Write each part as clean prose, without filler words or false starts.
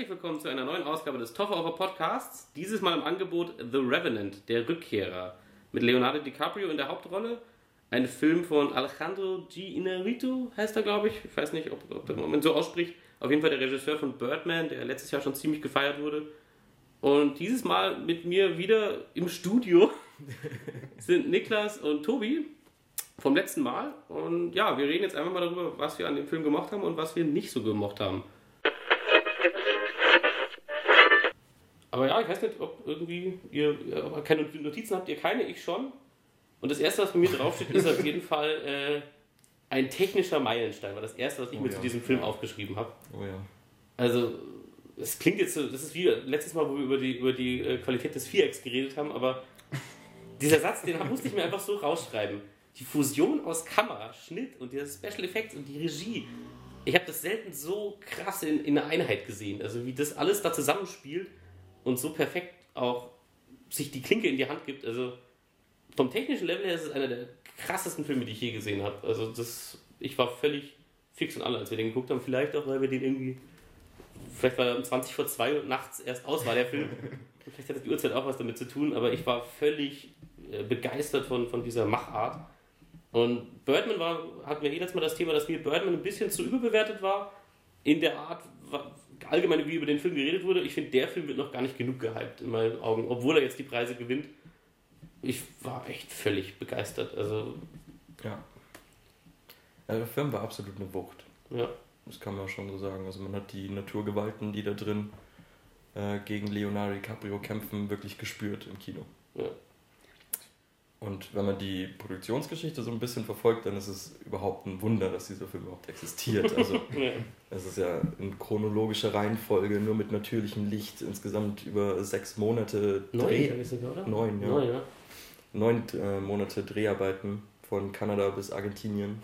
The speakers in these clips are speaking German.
herzlich willkommen zu einer neuen Ausgabe des Toffer Podcasts. Dieses Mal im Angebot The Revenant, der Rückkehrer. Mit Leonardo DiCaprio in der Hauptrolle. Ein Film von Alejandro G. Iñárritu, heißt er, glaube ich. Ich weiß nicht, ob der Moment so ausspricht. Auf jeden Fall der Regisseur von Birdman, der letztes Jahr schon ziemlich gefeiert wurde. Und dieses Mal mit mir wieder im Studio sind Niklas und Tobi vom letzten Mal. Und ja, wir reden jetzt einfach mal darüber, was wir an dem Film gemocht haben und was wir nicht so gemocht haben. Aber ja, ich weiß nicht, ob irgendwie ihr keine Notizen habt, ihr keine, ich schon. Und das erste, was bei mir draufsteht, ist auf jeden Fall ein technischer Meilenstein. War das erste, was ich mir zu diesem Film aufgeschrieben habe. Oh ja. Also, es klingt jetzt so, das ist wie letztes Mal, wo wir über die Qualität des Vierecks geredet haben, aber dieser Satz, den musste ich mir einfach so rausschreiben. Die Fusion aus Kamera, Schnitt und der Special Effects und die Regie. Ich habe das selten so krass in einer Einheit gesehen. Also, wie das alles da zusammenspielt und so perfekt auch sich die Klinke in die Hand gibt. Also, vom technischen Level her ist es einer der krassesten Filme, die ich je gesehen habe. Also ich war völlig fix und alle, als wir den geguckt haben. Vielleicht auch, weil wir den irgendwie... Vielleicht war er um 20 vor 2 Uhr nachts erst aus, war der Film. Vielleicht hat die Uhrzeit auch was damit zu tun, aber ich war völlig begeistert von dieser Machart. Und Birdman hatten wir letztes Mal das Thema, dass mir Birdman ein bisschen zu überbewertet war. In der Art, allgemein wie über den Film geredet wurde. Ich finde, der Film wird noch gar nicht genug gehypt in meinen Augen, obwohl er jetzt die Preise gewinnt. Ich war echt völlig begeistert. Also Ja. Der Film war absolut eine Wucht. Ja. Das kann man schon so sagen. Also man hat die Naturgewalten, die da drin gegen Leonardo DiCaprio kämpfen, wirklich gespürt im Kino. Ja. Und wenn man die Produktionsgeschichte so ein bisschen verfolgt, dann ist es überhaupt ein Wunder, dass dieser Film überhaupt existiert. Also es ist ja in chronologischer Reihenfolge, nur mit natürlichem Licht, insgesamt über 6 Monate Dreh. 9, ja. 9, ja. 9 Monate Dreharbeiten von Kanada bis Argentinien.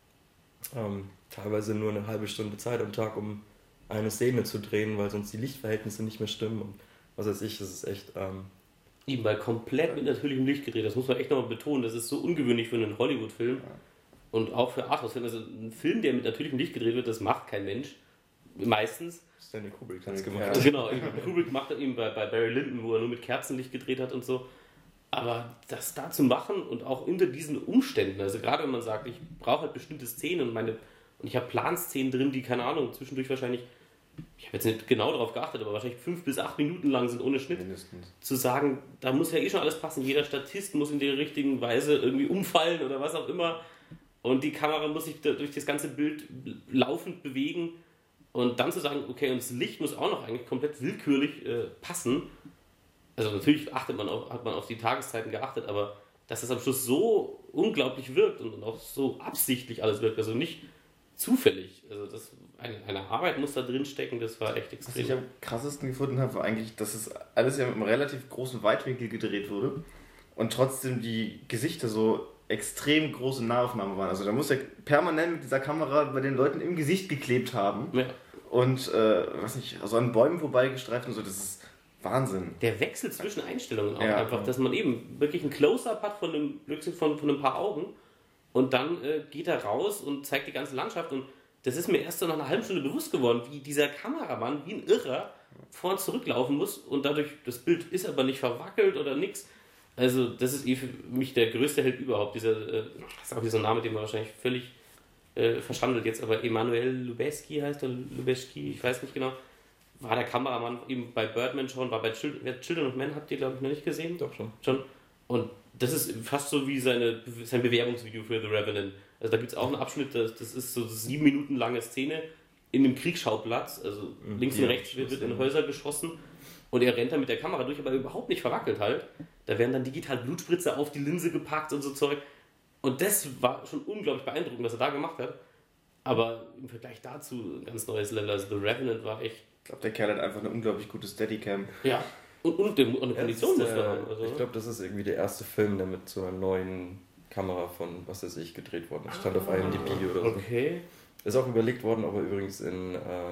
Teilweise nur eine halbe Stunde Zeit am Tag, um eine Szene zu drehen, weil sonst die Lichtverhältnisse nicht mehr stimmen. Und was weiß ich, das ist echt... Eben, weil komplett mit natürlichem Licht gedreht. Das muss man echt nochmal betonen. Das ist so ungewöhnlich für einen Hollywood-Film. Ja. Und auch für Arthouse-Filme. Also ein Film, der mit natürlichem Licht gedreht wird, das macht kein Mensch. Meistens. Stanley Kubrick hat es gemacht. Ja. Genau, Kubrick macht er eben bei Barry Lyndon, wo er nur mit Kerzenlicht gedreht hat und so. Aber das da zu machen und auch unter diesen Umständen, also gerade wenn man sagt, ich brauche halt bestimmte Szenen und ich habe Planszenen drin, die, keine Ahnung, zwischendurch wahrscheinlich, ich habe jetzt nicht genau darauf geachtet, aber wahrscheinlich 5 bis 8 Minuten lang sind ohne Schnitt. Mindestens. Zu sagen, da muss ja eh schon alles passen, jeder Statist muss in der richtigen Weise irgendwie umfallen oder was auch immer und die Kamera muss sich durch das ganze Bild laufend bewegen und dann zu sagen, okay, und das Licht muss auch noch eigentlich komplett willkürlich passen. Also natürlich hat man auf die Tageszeiten geachtet, aber dass das am Schluss so unglaublich wirkt und auch so absichtlich alles wirkt, also nicht zufällig. Also das eine Arbeit muss da drin stecken, das war echt extrem. Was ich am krassesten gefunden habe, war eigentlich, dass es alles ja mit einem relativ großen Weitwinkel gedreht wurde und trotzdem die Gesichter so extrem große Nahaufnahmen waren. Also da muss er permanent mit dieser Kamera bei den Leuten im Gesicht geklebt haben und weiß nicht, also an Bäumen vorbeigestreift und so, das ist Wahnsinn. Der Wechsel zwischen Einstellungen auch einfach, dass man eben wirklich ein Close-Up hat von ein paar Augen und dann geht er raus und zeigt die ganze Landschaft und das ist mir erst so nach einer halben Stunde bewusst geworden, wie dieser Kameramann wie ein Irrer vor und zurücklaufen muss und dadurch, das Bild ist aber nicht verwackelt oder nix. Also das ist für mich der größte Held überhaupt, das ist auch dieser Name, den man wahrscheinlich völlig verschandelt jetzt, aber Emmanuel Lubezki heißt er, Lubezki, ich weiß nicht genau. War der Kameramann eben bei Birdman schon, war bei Children of Men, habt ihr, glaube ich, noch nicht gesehen? Doch schon. Und das ist fast so wie sein Bewerbungsvideo für The Revenant. Also da gibt es auch einen Abschnitt, das ist so eine 7 Minuten lange Szene in einem Kriegsschauplatz, also links und rechts wird in Häuser geschossen und er rennt da mit der Kamera durch, aber überhaupt nicht verwackelt halt. Da werden dann digital Blutspritzer auf die Linse gepackt und so Zeug. Und das war schon unglaublich beeindruckend, was er da gemacht hat. Aber im Vergleich dazu ein ganz neues Level. Also The Revenant war echt... Ich glaube, der Kerl hat einfach eine unglaublich gute Steadicam. Ja, und eine Kondition muss er haben. Also, ich glaube, das ist irgendwie der erste Film, der mit so einer neuen Kamera von, was weiß ich, gedreht worden ist. Stand auf IMDb oder so. Okay. Ist auch überlegt worden, ob er übrigens in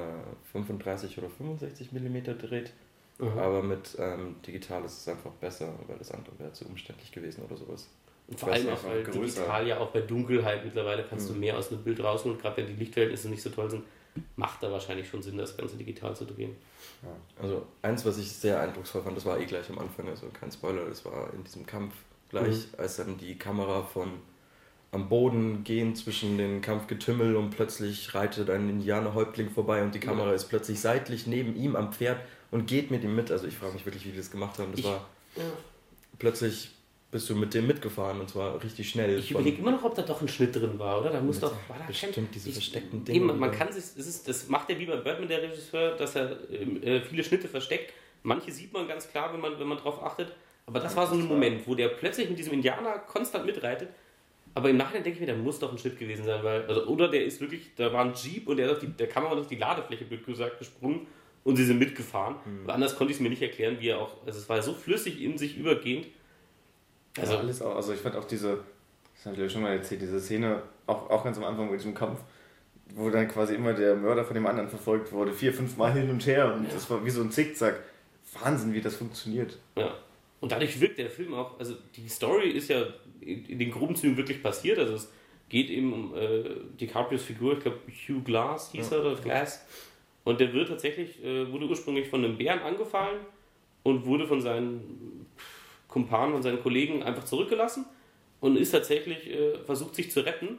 35 oder 65 mm dreht. Aber mit digital ist es einfach besser, weil das andere wäre zu umständlich gewesen oder sowas. Und vor allem auch, weil digital ja auch bei Dunkelheit mittlerweile kannst du mehr aus einem Bild rausholen, gerade wenn die Lichtverhältnisse nicht so toll sind. macht da wahrscheinlich schon Sinn, das Ganze digital zu drehen. Ja. Also eins, was ich sehr eindrucksvoll fand, das war gleich am Anfang, also kein Spoiler, das war in diesem Kampf gleich, als dann die Kamera von am Boden gehen zwischen den Kampfgetümmel und plötzlich reitet ein Indianerhäuptling vorbei und die Kamera ist plötzlich seitlich neben ihm am Pferd und geht mit ihm mit. Also ich frage mich wirklich, wie die das gemacht haben. Plötzlich bist du mit dem mitgefahren und zwar richtig schnell. Ich überlege immer noch, ob da doch ein Schnitt drin war, oder? Da muss doch... War da bestimmt diese versteckten Dinge. Man kann sich... Das macht ja wie bei Birdman, der Regisseur, dass er viele Schnitte versteckt. Manche sieht man ganz klar, wenn man drauf achtet. Aber das war so ein Moment, wo der plötzlich mit diesem Indianer konstant mitreitet. Aber im Nachhinein denke ich mir, da muss doch ein Schnitt gewesen sein, weil, also, oder der ist wirklich, da war ein Jeep und der Kamera auf die Ladefläche, blöd gesagt, gesprungen und sie sind mitgefahren. Weil anders konnte ich es mir nicht erklären, wie er auch, also es war so flüssig in sich übergehend. Also, ja, alles auch, also ich fand auch das habe ich schon mal erzählt, diese Szene, auch ganz am Anfang mit diesem Kampf, wo dann quasi immer der Mörder von dem anderen verfolgt wurde, 4-5 Mal hin und her und das war wie so ein Zickzack. Wahnsinn, wie das funktioniert. Ja. Und dadurch wirkt der Film auch, also die Story ist ja in den groben Zügen wirklich passiert, also es geht eben um DiCaprios Figur, ich glaube Hugh Glass hieß er, oder Glass, und der wird tatsächlich, wurde ursprünglich von einem Bären angefallen und wurde von seinen Kumpanen und seinen Kollegen einfach zurückgelassen und ist tatsächlich versucht, sich zu retten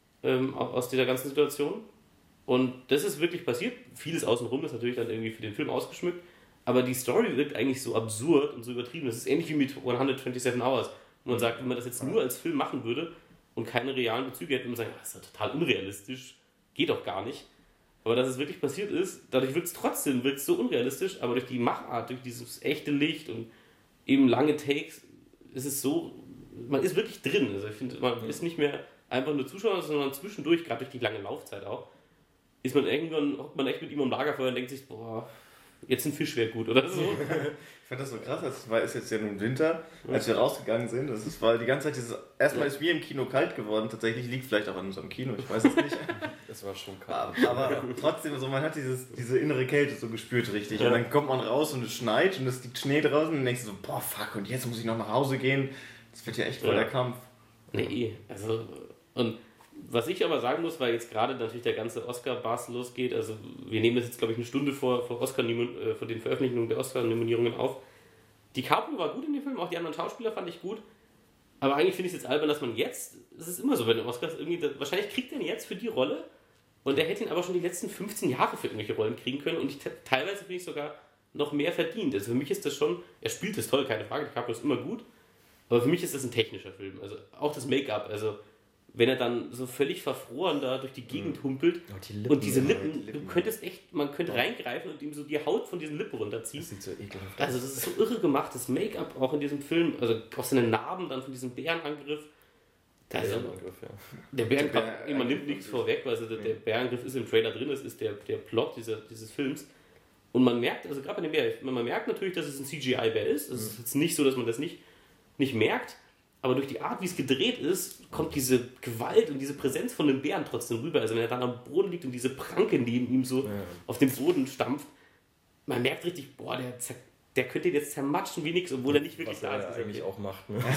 aus dieser ganzen Situation. Und das ist wirklich passiert. Vieles außenrum ist natürlich dann irgendwie für den Film ausgeschmückt. Aber die Story wirkt eigentlich so absurd und so übertrieben. Das ist ähnlich wie mit 127 Hours. Wo man sagt, wenn man das jetzt nur als Film machen würde und keine realen Bezüge hätte, würde man sagen, das ist ja total unrealistisch. Geht doch gar nicht. Aber dass es wirklich passiert ist, dadurch wirkt es so unrealistisch, aber durch die Machart, durch dieses echte Licht und eben lange Takes, ist es so, man ist wirklich drin. Also ich finde, man ist nicht mehr einfach nur Zuschauer, sondern zwischendurch, gerade durch die lange Laufzeit auch, ist man irgendwann, hockt man echt mit ihm am Lagerfeuer und denkt sich, boah, jetzt ein Fisch wäre gut oder so. Ich fand das so krass, es ist jetzt ja nun Winter, als wir rausgegangen sind, war die ganze Zeit erstmal ist mir im Kino kalt geworden, tatsächlich liegt vielleicht auch an unserem Kino, ich weiß es nicht. Das war schon kalt. Aber trotzdem, also man hat diese innere Kälte so gespürt richtig und dann kommt man raus und es schneit und es liegt Schnee draußen und dann denkst du so, boah fuck, und jetzt muss ich noch nach Hause gehen, das wird ja echt voll der Kampf. Nee, also, und was ich aber sagen muss, weil jetzt gerade natürlich der ganze Oscar-Bass losgeht, also wir nehmen das jetzt glaube ich eine Stunde vor den Veröffentlichungen der Oscar-Nominierungen auf. DiCaprio war gut in dem Film, auch die anderen Schauspieler fand ich gut, aber eigentlich finde ich es jetzt albern, dass man jetzt, es ist immer so bei den Oscars, irgendwie, wahrscheinlich kriegt er ihn jetzt für die Rolle und er hätte ihn aber schon die letzten 15 Jahre für irgendwelche Rollen kriegen können und teilweise finde ich sogar noch mehr verdient. Also für mich ist das schon, er spielt das toll, keine Frage, DiCaprio ist immer gut, aber für mich ist das ein technischer Film, also auch das Make-up, also wenn er dann so völlig verfroren da durch die Gegend humpelt und diese Lippen, man könnte reingreifen und ihm so die Haut von diesen Lippen runterziehen. Das sieht so ekelhaft aus. Also das ist so irre gemacht, das Make-up auch in diesem Film, also auch seine Narben dann von diesem Bärenangriff. Der Bärenangriff, man nimmt nichts vorweg, also der Bärenangriff ist im Trailer drin, das ist der Plot dieses Films. Und man merkt, also gerade bei dem Bär, man merkt natürlich, dass es ein CGI-Bär ist. Es ist jetzt nicht so, dass man das nicht merkt. Aber durch die Art, wie es gedreht ist, kommt diese Gewalt und diese Präsenz von dem Bären trotzdem rüber. Also wenn er dann am Boden liegt und diese Pranke neben ihm so auf dem Boden stampft, man merkt richtig, boah, der könnte jetzt zermatschen wie nichts, obwohl er nicht wirklich da ist. Was er eigentlich auch macht. Ne?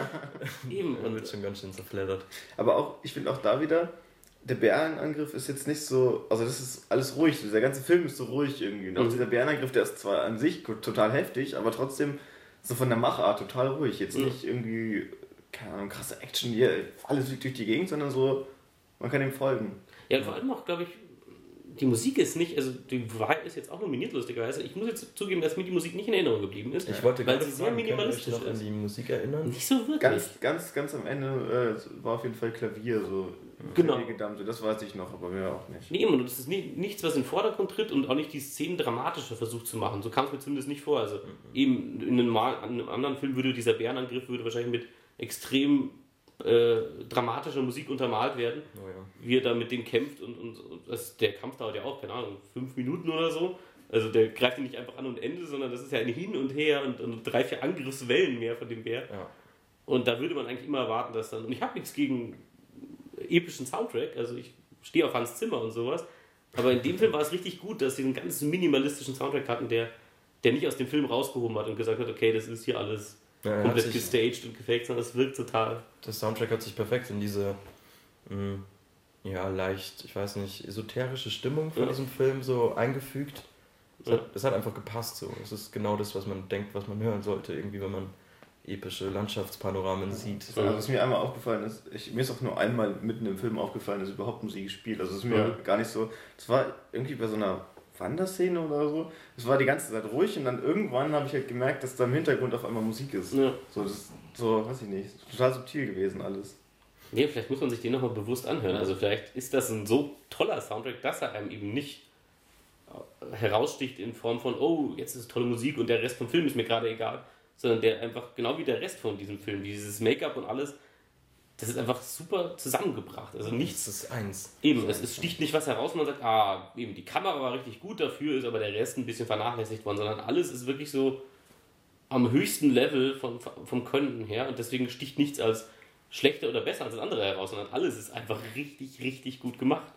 Eben. Er wird schon ganz schön zerfleddert. Aber auch, ich finde auch da wieder, der Bärenangriff ist jetzt nicht so, also das ist alles ruhig, der ganze Film ist so ruhig irgendwie. Und auch dieser Bärenangriff, der ist zwar an sich total heftig, aber trotzdem so von der Machart total ruhig. Jetzt nicht irgendwie, keine Ahnung, krasse Action, hier, alles fliegt durch die Gegend, sondern so, man kann ihm folgen. Ja, und vor allem auch, glaube ich, die Musik ist nicht, also die Wahrheit ist jetzt auch nominiert, lustigerweise. Ich muss jetzt zugeben, dass mir die Musik nicht in Erinnerung geblieben ist. Ich wollte weil sie sehr minimalistisch ist. An die Musik erinnern? Nicht so wirklich. Ganz am Ende war auf jeden Fall Klavier, so genau. Gedammte, das weiß ich noch, aber mir auch nicht. Nee, und das ist nichts, was in den Vordergrund tritt und auch nicht die Szenen dramatischer versucht zu machen. So kam es mir zumindest nicht vor. Also eben in einem anderen Film würde dieser Bärenangriff wahrscheinlich mit extrem dramatischer Musik untermalt werden, wie er da mit dem kämpft und der Kampf dauert ja auch, keine Ahnung, 5 Minuten oder so. Also der greift ihn nicht einfach an und Ende, sondern das ist ja ein Hin und Her und 3-4 Angriffswellen mehr von dem Bär. Ja. Und da würde man eigentlich immer erwarten, dass dann, und ich habe nichts gegen epischen Soundtrack, also ich stehe auf Hans Zimmer und sowas, aber in dem Film war es richtig gut, dass sie einen ganz minimalistischen Soundtrack hatten, der nicht aus dem Film rausgehoben hat und gesagt hat, okay, das ist hier alles komplett gestaged und gefaked, sondern es wirkt total. Der Soundtrack hat sich perfekt in diese ja, leicht, ich weiß nicht, esoterische Stimmung von diesem Film so eingefügt. Es hat einfach gepasst so. Es ist genau das, was man denkt, was man hören sollte, irgendwie, wenn man epische Landschaftspanoramen sieht. Also, was mir einmal aufgefallen ist, mir ist auch nur einmal mitten im Film aufgefallen, dass überhaupt Musik spielt. Also es ist mir gar nicht so, das war irgendwie bei so einer Wanderszene oder so, es war die ganze Zeit ruhig und dann irgendwann habe ich halt gemerkt, dass da im Hintergrund auf einmal Musik ist. Ja. So, weiß ich nicht, total subtil gewesen alles. Nee, vielleicht muss man sich den nochmal bewusst anhören. Also vielleicht ist das ein so toller Soundtrack, dass er einem eben nicht heraussticht in Form von, oh, jetzt ist es tolle Musik und der Rest vom Film ist mir gerade egal, sondern der einfach, genau wie der Rest von diesem Film, dieses Make-up und alles, das ist einfach super zusammengebracht. Also nichts ist eins. Eben, es sticht nicht was heraus und man sagt, eben die Kamera war richtig gut, dafür ist aber der Rest ein bisschen vernachlässigt worden, sondern alles ist wirklich so am höchsten Level vom Können her und deswegen sticht nichts als schlechter oder besser als das andere heraus, sondern alles ist einfach richtig, richtig gut gemacht.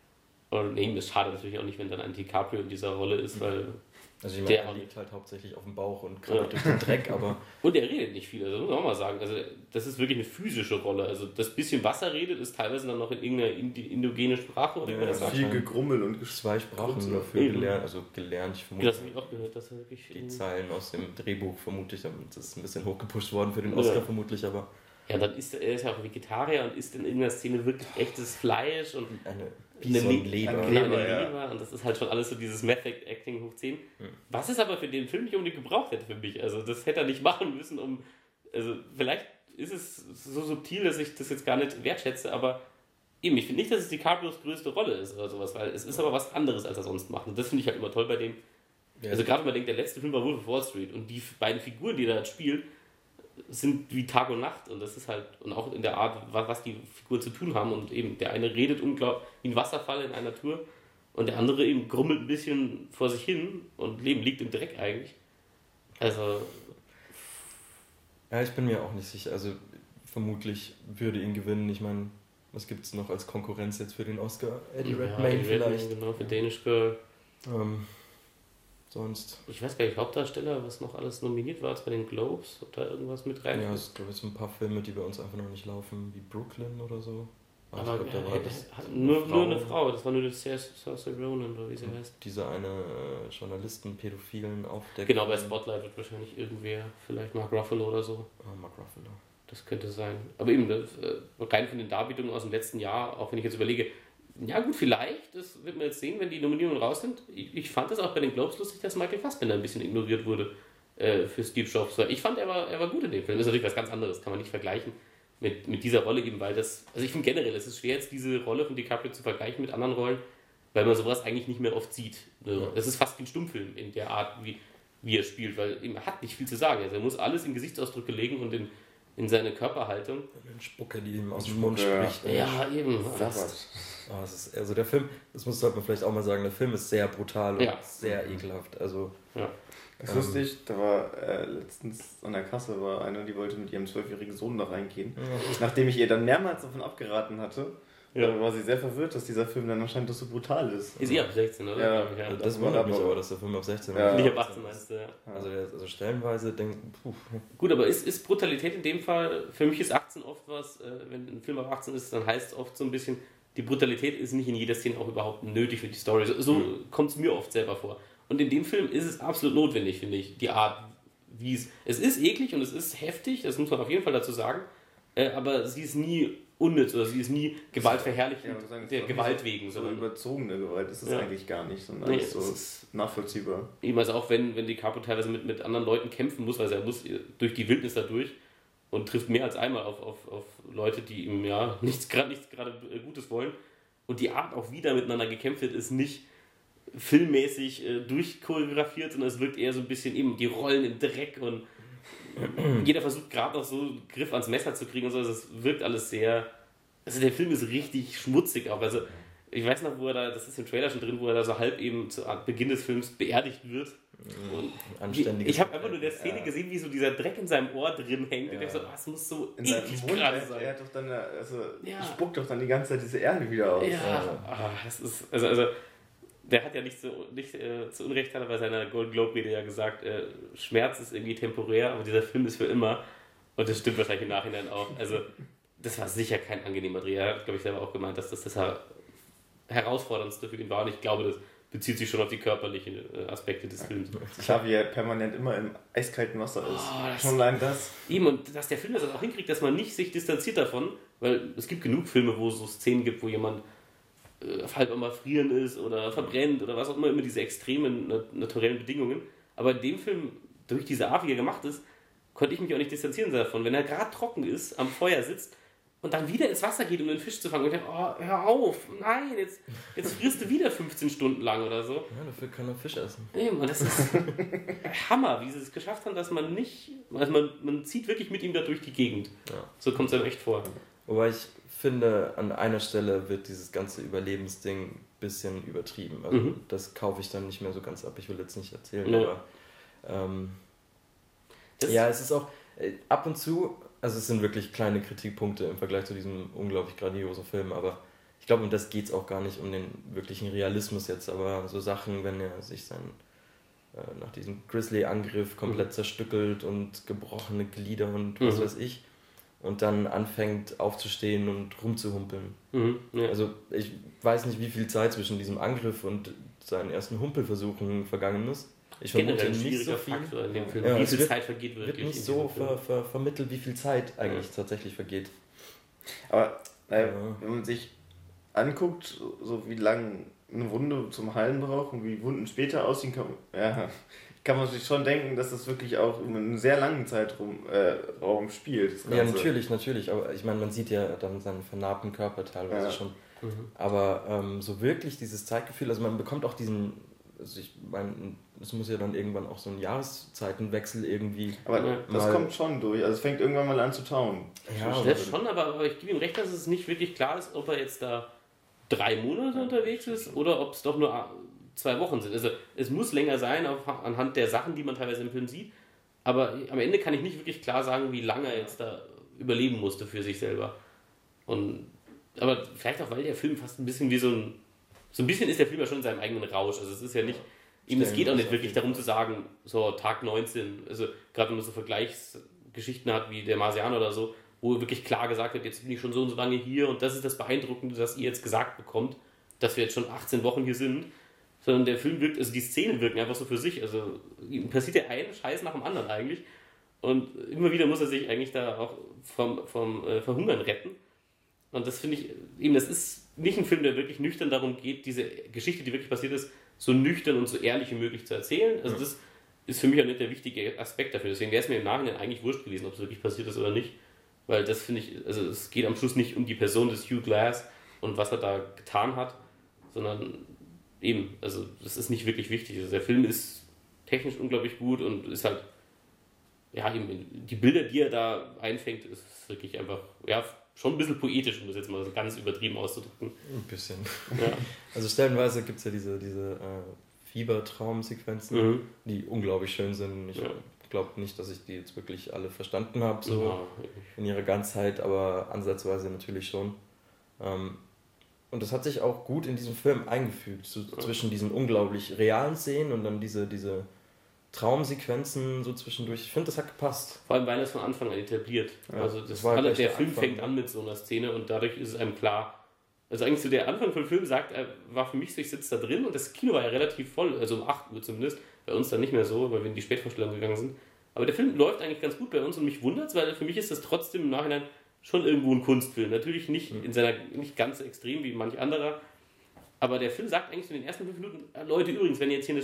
Und eben, es schadet natürlich auch nicht, wenn dann ein DiCaprio in dieser Rolle ist, weil also ich meine, er liegt halt hauptsächlich auf dem Bauch und gerade durch den Dreck, aber... Und er redet nicht viel, also muss man auch mal sagen. Also das ist wirklich eine physische Rolle. Also das bisschen, was er redet, ist teilweise dann noch in irgendeiner indogene Sprache. Oder das viel Gegrummel und zwei Sprachen dafür gelernt. Also gelernt, ich vermute. Das habe ich auch gehört, dass er wirklich... Die Zeilen aus dem Drehbuch vermute ich, das ist ein bisschen hochgepusht worden für den Oscar vermutlich, aber... Ja, dann ist er ist ja auch Vegetarier und isst in irgendeiner Szene wirklich echtes Fleisch und eine Leber. Eine Leber. Und das ist halt schon alles so dieses Method-Acting hoch 10. Was es aber für den Film nicht unbedingt gebraucht hätte für mich. Also das hätte er nicht machen müssen, also vielleicht ist es so subtil, dass ich das jetzt gar nicht wertschätze, aber eben, ich finde nicht, dass es DiCaprios größte Rolle ist oder sowas, weil es ist aber was anderes, als er sonst macht. Und das finde ich halt immer toll bei dem. Ja. Also gerade wenn man denkt, der letzte Film war Wolf of Wall Street und die beiden Figuren, die er da spielt, sind wie Tag und Nacht und das ist halt, und auch in der Art, was die Figuren zu tun haben und eben, der eine redet unglaublich wie ein Wasserfall in einer Tour und der andere eben grummelt ein bisschen vor sich hin und liegt im Dreck eigentlich. Also... Ja, ich bin mir auch nicht sicher, also vermutlich würde ihn gewinnen, ich meine, was gibt es noch als Konkurrenz jetzt für den Oscar? Eddie Redmayne vielleicht? Genau, für Danish Girl. Sonst. Ich weiß gar nicht, Hauptdarsteller, was noch alles nominiert war, als bei den Globes, ob da irgendwas mit rein ja, es gibt ein paar Filme, die bei uns einfach noch nicht laufen, wie Brooklyn oder so. Aber ich glaub, da war nur eine Frau, das war nur die Saoirse Ronan, oder wie sie heißt. Diese eine Journalisten, Pädophilen aufdeckt. Genau, bei Spotlight wird wahrscheinlich irgendwer, vielleicht Mark Ruffalo oder so. Mark Ruffalo. Das könnte sein. Aber eben, rein von den Darbietungen aus dem letzten Jahr, auch wenn ich jetzt überlege, ja gut, vielleicht, das wird man jetzt sehen, wenn die Nominierungen raus sind. Ich fand das auch bei den Globes lustig, dass Michael Fassbender ein bisschen ignoriert wurde für Steve Jobs. Ich fand, er war gut in dem Film. Das ist natürlich was ganz anderes, kann man nicht vergleichen mit dieser Rolle eben, weil das, also ich finde generell, es ist schwer jetzt diese Rolle von DiCaprio zu vergleichen mit anderen Rollen, weil man sowas eigentlich nicht mehr oft sieht. Es ist fast wie ein Stummfilm in der Art, wie er spielt, weil er hat nicht viel zu sagen. Also er muss alles in Gesichtsausdrücke legen und in seine Körperhaltung. Eine Spucke, die ihm aus dem Mund spricht. Ja, eben. Also der Film, das sollte man vielleicht auch mal sagen, der Film ist sehr brutal und sehr ekelhaft. Also, das ist lustig, da war letztens an der Kasse war eine, die wollte mit ihrem 12-jährigen Sohn da reingehen. Ja. Nachdem ich ihr dann mehrmals davon abgeraten hatte, war sie sehr verwirrt, dass dieser Film dann anscheinend so brutal ist. Ist ab 16, oder? Ja, das wundert mich aber, dass der Film ab 16 ist. Ja. Nicht ab 18 meinst du, ja. Also stellenweise denken, Gut, aber ist Brutalität in dem Fall, für mich ist 18 oft was, wenn ein Film ab 18 ist, dann heißt es oft so ein bisschen, die Brutalität ist nicht in jeder Szene auch überhaupt nötig für die Story. So kommt es mir oft selber vor. Und in dem Film ist es absolut notwendig, finde ich, die Art, wie es ist eklig und es ist heftig, das muss man auf jeden Fall dazu sagen, aber sie ist nie unnütz oder sie ist nie gewaltverherrlichend der Gewalt wegen. So überzogene Gewalt ist es eigentlich gar nicht, sondern alles so nachvollziehbar. Eben, also auch wenn DiCaprio teilweise mit anderen Leuten kämpfen muss, also er muss durch die Wildnis da durch und trifft mehr als einmal auf Leute, die ihm nichts gerade Gutes wollen. Und die Art, auch wie da miteinander gekämpft wird, ist nicht filmmäßig durchchoreografiert, sondern es wirkt eher so ein bisschen eben die Rollen im Dreck und jeder versucht gerade noch so einen Griff ans Messer zu kriegen und so. Also es wirkt alles sehr... Also der Film ist richtig schmutzig auch. Also ich weiß noch, wo er da, das ist im Trailer schon drin, wo er da so halb eben zu Beginn des Films beerdigt wird. Und ich habe einfach nur in der Szene gesehen, wie so dieser Dreck in seinem Ohr drin hängt. Und ich so, das muss so eklig gerade sein. Er hat doch dann, spuckt doch dann die ganze Zeit diese Erde wieder aus. Ja, das ist... Also der hat ja nicht zu Unrecht, hat er bei seiner Golden Globe-Rede ja gesagt, Schmerz ist irgendwie temporär, aber dieser Film ist für immer. Und das stimmt wahrscheinlich im Nachhinein auch. Also das war sicher kein angenehmer Dreh. Er hat, glaube ich, selber auch gemeint, dass das Herausforderndste für ihn war. Und ich glaube, das bezieht sich schon auf die körperlichen Aspekte des Films. Klar, wie er permanent immer im eiskalten Wasser ist. Schon allein das. Eben, und dass der Film das auch hinkriegt, dass man nicht sich distanziert davon, weil es gibt genug Filme, wo es so Szenen gibt, wo jemand halb am Frieren ist oder verbrennt oder was auch immer diese extremen naturellen Bedingungen. Aber in dem Film, durch diese Art, wie er gemacht ist, konnte ich mich auch nicht distanzieren davon. Wenn er gerade trocken ist, am Feuer sitzt und dann wieder ins Wasser geht, um den Fisch zu fangen und ich denke, oh, hör auf, nein, jetzt frierst du wieder 15 Stunden lang oder so. Ja, dafür kann er Fisch essen. Eben, und das ist Hammer, wie sie es geschafft haben, dass man nicht, also man zieht wirklich mit ihm da durch die Gegend. Ja. So kommt es einem echt vor. Wobei ich finde, an einer Stelle wird dieses ganze Überlebensding ein bisschen übertrieben. Also das kaufe ich dann nicht mehr so ganz ab. Ich will jetzt nicht erzählen, aber ja, es ist auch ab und zu, also es sind wirklich kleine Kritikpunkte im Vergleich zu diesem unglaublich grandiosen Film, aber ich glaube, um das geht es auch gar nicht, um den wirklichen Realismus jetzt, aber so Sachen, wenn er sich nach diesem Grizzly-Angriff komplett zerstückelt und gebrochene Glieder und was weiß ich, und dann anfängt aufzustehen und rumzuhumpeln. Ja. Also ich weiß nicht, wie viel Zeit zwischen diesem Angriff und seinen ersten Humpelversuchen vergangen ist. Ich vermute nicht so viel. Faktor in dem Film. Ja, wie viel Zeit vergeht wirklich. Wird nicht so vermittelt, wie viel Zeit eigentlich tatsächlich vergeht. Aber wenn man sich anguckt, so wie lange eine Wunde zum Heilen braucht und wie Wunden später aussehen kann man sich schon denken, dass das wirklich auch in einem sehr langen Zeitraum spielt. Ja, natürlich. Aber ich meine, man sieht ja dann seinen vernarbten Körper teilweise schon. Aber so wirklich dieses Zeitgefühl, also man bekommt auch diesen, also ich meine, es muss ja dann irgendwann auch so ein Jahreszeitenwechsel irgendwie. Aber das kommt schon durch, also es fängt irgendwann mal an zu tauen. Ja, das schon, aber ich gebe ihm recht, dass es nicht wirklich klar ist, ob er jetzt da 3 Monate unterwegs ist oder ob es doch nur 2 Wochen sind. Also es muss länger sein, anhand der Sachen, die man teilweise im Film sieht, aber am Ende kann ich nicht wirklich klar sagen, wie lange er jetzt da überleben musste für sich selber. Aber vielleicht auch, weil der Film fast ein bisschen wie so ein bisschen ist der Film ja schon in seinem eigenen Rausch. Also es ist ja nicht, es geht auch nicht wirklich darum zu sagen, so Tag 19, also gerade wenn man so Vergleichsgeschichten hat wie der Marsianer oder so, wo wirklich klar gesagt wird, jetzt bin ich schon so und so lange hier und das ist das Beeindruckende, dass ihr jetzt gesagt bekommt, dass wir jetzt schon 18 Wochen hier sind, sondern der Film wirkt, also die Szenen wirken einfach so für sich, also ihm passiert ja ein Scheiß nach dem anderen eigentlich und immer wieder muss er sich eigentlich da auch vom Verhungern retten und das finde ich, eben das ist nicht ein Film, der wirklich nüchtern darum geht, diese Geschichte, die wirklich passiert ist, so nüchtern und so ehrlich wie möglich zu erzählen, also das ist für mich auch nicht der wichtige Aspekt dafür, deswegen wäre es mir im Nachhinein eigentlich wurscht gewesen, ob es wirklich passiert ist oder nicht. Weil das finde ich, also es geht am Schluss nicht um die Person des Hugh Glass und was er da getan hat, sondern eben, also das ist nicht wirklich wichtig. Also der Film ist technisch unglaublich gut und ist halt, ja, eben die Bilder, die er da einfängt, ist wirklich einfach, ja, schon ein bisschen poetisch, um das jetzt mal so ganz übertrieben auszudrücken. Ein bisschen. Ja. Also stellenweise gibt es ja diese Fiebertraumsequenzen, die unglaublich schön sind. Ich glaube nicht, dass ich die jetzt wirklich alle verstanden habe, so in ihrer Ganzheit, aber ansatzweise natürlich schon. Und das hat sich auch gut in diesem Film eingefügt, so zwischen diesen unglaublich realen Szenen und dann diese Traumsequenzen so zwischendurch. Ich finde, das hat gepasst. Vor allem, weil es von Anfang an etabliert. Ja, also der Film fängt an mit so einer Szene und dadurch ist es einem klar. Also eigentlich so der Anfang vom Film war für mich so, ich sitze da drin und das Kino war ja relativ voll, also um 8 Uhr zumindest. Bei uns dann nicht mehr so, weil wir in die Spätvorstellung gegangen sind. Aber der Film läuft eigentlich ganz gut bei uns und mich wundert es, weil für mich ist das trotzdem im Nachhinein schon irgendwo ein Kunstfilm. Natürlich nicht nicht ganz so extrem wie manch anderer. Aber der Film sagt eigentlich in den ersten 5 Minuten, Leute, übrigens, wenn ihr jetzt hier eine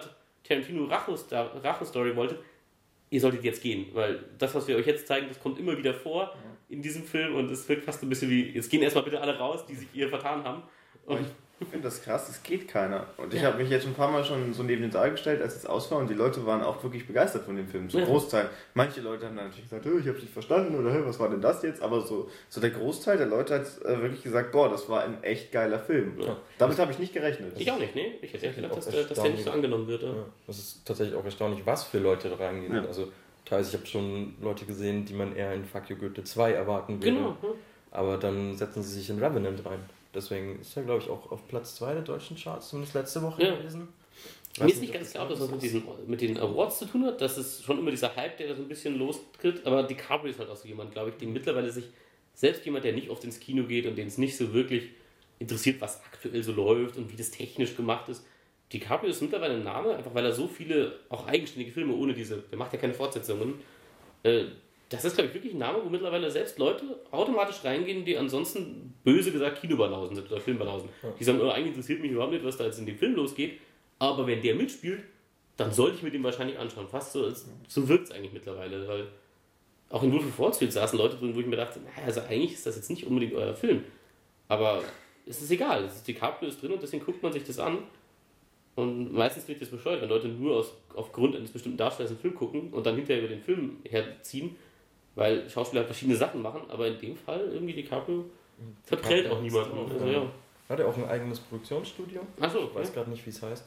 Standard-Tarantino-Rache-Story wolltet, ihr solltet jetzt gehen. Weil das, was wir euch jetzt zeigen, das kommt immer wieder vor in diesem Film und es wirkt fast ein bisschen wie, jetzt gehen erstmal bitte alle raus, die sich hier vertan haben. Und ich finde das krass, es geht keiner. Und ich habe mich jetzt schon ein paar Mal schon so neben den Saal gestellt, als es auswar und die Leute waren auch wirklich begeistert von dem Film. So Großteil. Manche Leute haben dann natürlich gesagt, ich habe es nicht verstanden oder was war denn das jetzt? Aber so der Großteil der Leute hat wirklich gesagt, boah, das war ein echt geiler Film. Ja. Damit habe ich nicht gerechnet. Ich auch nicht, ne? Ich hätte gedacht, dass der nicht so angenommen wird. Ja. Das ist tatsächlich auch erstaunlich, was für Leute da reingehen. Ja. Also teilweise, ich habe schon Leute gesehen, die man eher in Fuck You Goethe 2 erwarten würde. Genau. Aber dann setzen sie sich in Revenant rein. Deswegen ist er, glaube ich, auch auf Platz 2 der deutschen Charts, zumindest letzte Woche gewesen. Mir ist nicht ganz klar, ob das was mit den Awards zu tun hat. Das ist schon immer dieser Hype, der da so ein bisschen lostritt. Aber DiCaprio ist halt auch so jemand, glaube ich, dem mittlerweile sich selbst jemand, der nicht oft ins Kino geht und den es nicht so wirklich interessiert, was aktuell so läuft und wie das technisch gemacht ist, DiCaprio ist mittlerweile ein Name, einfach weil er so viele auch eigenständige Filme ohne der macht ja keine Fortsetzungen, das ist, glaube ich, wirklich ein Name, wo mittlerweile selbst Leute automatisch reingehen, die ansonsten, böse gesagt, Kinobanausen sind oder Filmbanausen. Ja. Die sagen, eigentlich interessiert mich überhaupt nicht, was da jetzt in dem Film losgeht, aber wenn der mitspielt, dann sollte ich mir den wahrscheinlich anschauen. Fast so wirkt es eigentlich mittlerweile, weil auch in Wolf of Wall Street saßen Leute drin, wo ich mir dachte, naja, also eigentlich ist das jetzt nicht unbedingt euer Film, aber es ist egal, DiCaprio ist drin und deswegen guckt man sich das an. Und meistens wird das bescheuert, wenn Leute nur aufgrund eines bestimmten Darstellers einen Film gucken und dann hinterher über den Film herziehen, weil Schauspieler halt verschiedene Sachen machen, aber in dem Fall irgendwie DiCaprio verprellt auch niemanden. Also, ja. Hat er auch ein eigenes Produktionsstudio? Achso. Ich weiß gerade nicht, wie es heißt.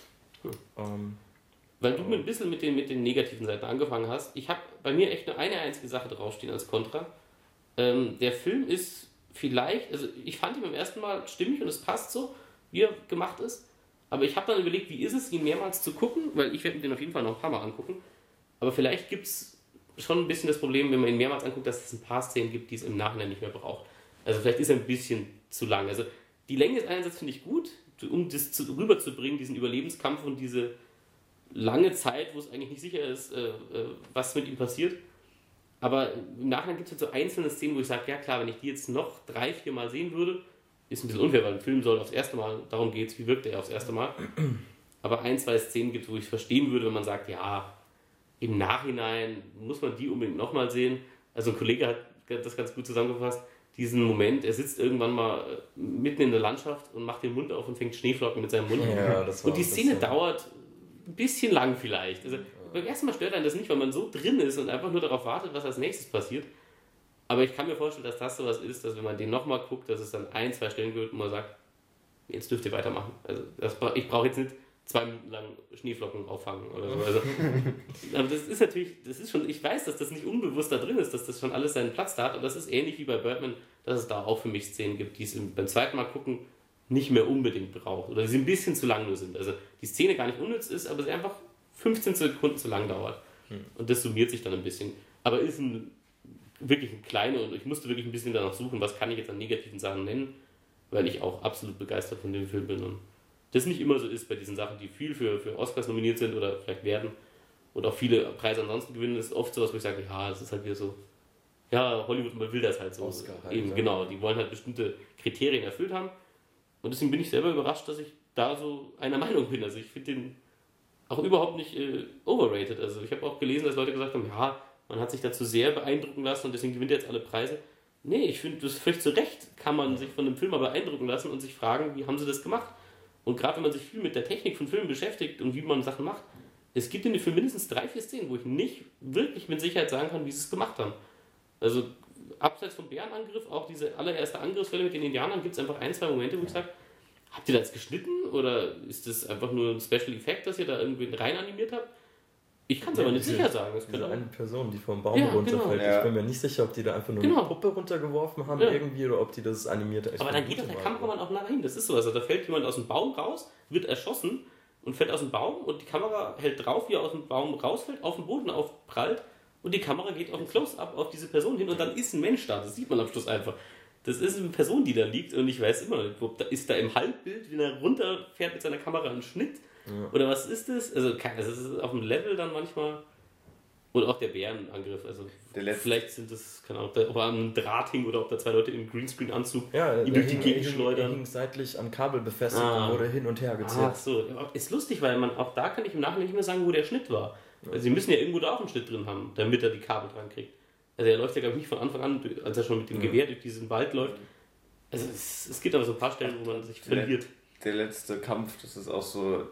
Weil du ein bisschen mit den negativen Seiten angefangen hast. Ich habe bei mir echt nur eine einzige Sache draufstehen als Kontra. Der Film ist vielleicht, also ich fand ihn beim ersten Mal stimmig und es passt so, wie er gemacht ist. Aber ich habe dann überlegt, wie ist es, ihn mehrmals zu gucken, weil ich werde mir den auf jeden Fall noch ein paar Mal angucken. Aber vielleicht gibt es schon ein bisschen das Problem, wenn man ihn mehrmals anguckt, dass es ein paar Szenen gibt, die es im Nachhinein nicht mehr braucht. Also vielleicht ist er ein bisschen zu lang. Also die Länge des Einsatzes finde ich gut, um das rüberzubringen, diesen Überlebenskampf und diese lange Zeit, wo es eigentlich nicht sicher ist, was mit ihm passiert. Aber im Nachhinein gibt es halt so einzelne Szenen, wo ich sage, ja klar, wenn ich die jetzt noch 3-4 Mal sehen würde, ist ein bisschen unfair, weil ein Film soll aufs erste Mal, darum geht es, wie wirkt er aufs erste Mal. Aber 1-2 Szenen gibt es, wo ich es verstehen würde, wenn man sagt, ja, im Nachhinein muss man die unbedingt nochmal sehen. Also ein Kollege hat das ganz gut zusammengefasst, diesen Moment, er sitzt irgendwann mal mitten in der Landschaft und macht den Mund auf und fängt Schneeflocken mit seinem Mund. Ja, und die Szene dauert ein bisschen lang vielleicht. Also beim ersten Mal stört einen das nicht, weil man so drin ist und einfach nur darauf wartet, was als nächstes passiert. Aber ich kann mir vorstellen, dass das sowas ist, dass wenn man den nochmal guckt, dass es dann 1-2 Stellen gibt, wo man sagt, jetzt dürft ihr weitermachen. Also ich brauche jetzt nicht 2 Minuten lang Schneeflocken auffangen oder so. Also, aber das ist natürlich, das ist schon, ich weiß, dass das nicht unbewusst da drin ist, dass das schon alles seinen Platz da hat, aber das ist ähnlich wie bei Birdman, dass es da auch für mich Szenen gibt, die es beim zweiten Mal gucken nicht mehr unbedingt braucht oder die ein bisschen zu lang nur sind. Also die Szene gar nicht unnütz ist, aber sie einfach 15 Sekunden zu lang dauert. Und das summiert sich dann ein bisschen. Aber ist wirklich ein kleiner und ich musste wirklich ein bisschen danach suchen, was kann ich jetzt an negativen Sachen nennen, weil ich auch absolut begeistert von dem Film bin und das nicht immer so ist bei diesen Sachen, die viel für Oscars nominiert sind oder vielleicht werden und auch viele Preise ansonsten gewinnen, ist oft sowas, wo ich sage, ja, das ist halt wieder so, ja, Hollywood will das halt so. Oscar halt, eben, ja. Genau, die wollen halt bestimmte Kriterien erfüllt haben und deswegen bin ich selber überrascht, dass ich da so einer Meinung bin. Also ich finde den auch überhaupt nicht overrated. Also ich habe auch gelesen, dass Leute gesagt haben, ja, man hat sich dazu sehr beeindrucken lassen und deswegen gewinnt er jetzt alle Preise. Nee, ich finde, das völlig zu Recht kann man sich von einem Film mal beeindrucken lassen und sich fragen, wie haben sie das gemacht? Und gerade wenn man sich viel mit der Technik von Filmen beschäftigt und wie man Sachen macht, es gibt in dem Film mindestens 3-4 Szenen, wo ich nicht wirklich mit Sicherheit sagen kann, wie sie es gemacht haben. Also abseits vom Bärenangriff, auch diese allererste Angriffswelle mit den Indianern, gibt es einfach 1-2 Momente, wo ich sage, habt ihr da jetzt geschnitten oder ist das einfach nur ein Special Effekt, dass ihr da irgendwie rein animiert habt? Ich kann es aber nicht sicher sagen. Diese eine Person, die vom Baum runterfällt. Genau. Ich bin mir nicht sicher, ob die da einfach nur eine Puppe runtergeworfen haben irgendwie oder ob die das animierte Aber dann geht doch der Kameramann auch nah hin. Das ist so. Also da fällt jemand aus dem Baum raus, wird erschossen und fällt aus dem Baum und die Kamera hält drauf, wie er aus dem Baum rausfällt, auf den Boden aufprallt und die Kamera geht auf ein Close-Up auf diese Person hin und dann ist ein Mensch da. Das sieht man am Schluss einfach. Das ist eine Person, die da liegt und ich weiß immer nicht, ist da im Halbbild, wenn er runterfährt mit seiner Kamera ein Schnitt? Ja. Oder was ist das? Also das ist auf dem Level dann manchmal. Und auch der Bärenangriff. Also vielleicht sind das, keine Ahnung, ob er an einem Draht hing oder ob da 2 Leute im Greenscreen-Anzug ihn durch die Gegend schleudern. Er hing seitlich an Kabel befestigt und wurde hin und her gezählt. Ach so, ist lustig, weil auch da kann ich im Nachhinein nicht mehr sagen, wo der Schnitt war. Ja. Also sie müssen ja irgendwo da auch einen Schnitt drin haben, damit er die Kabel dran kriegt. Also er läuft ja, glaube ich, nicht von Anfang an, als er schon mit dem Gewehr durch diesen Wald läuft. Also es gibt aber so ein paar Stellen, wo man sich verliert. Der letzte Kampf, das ist auch so,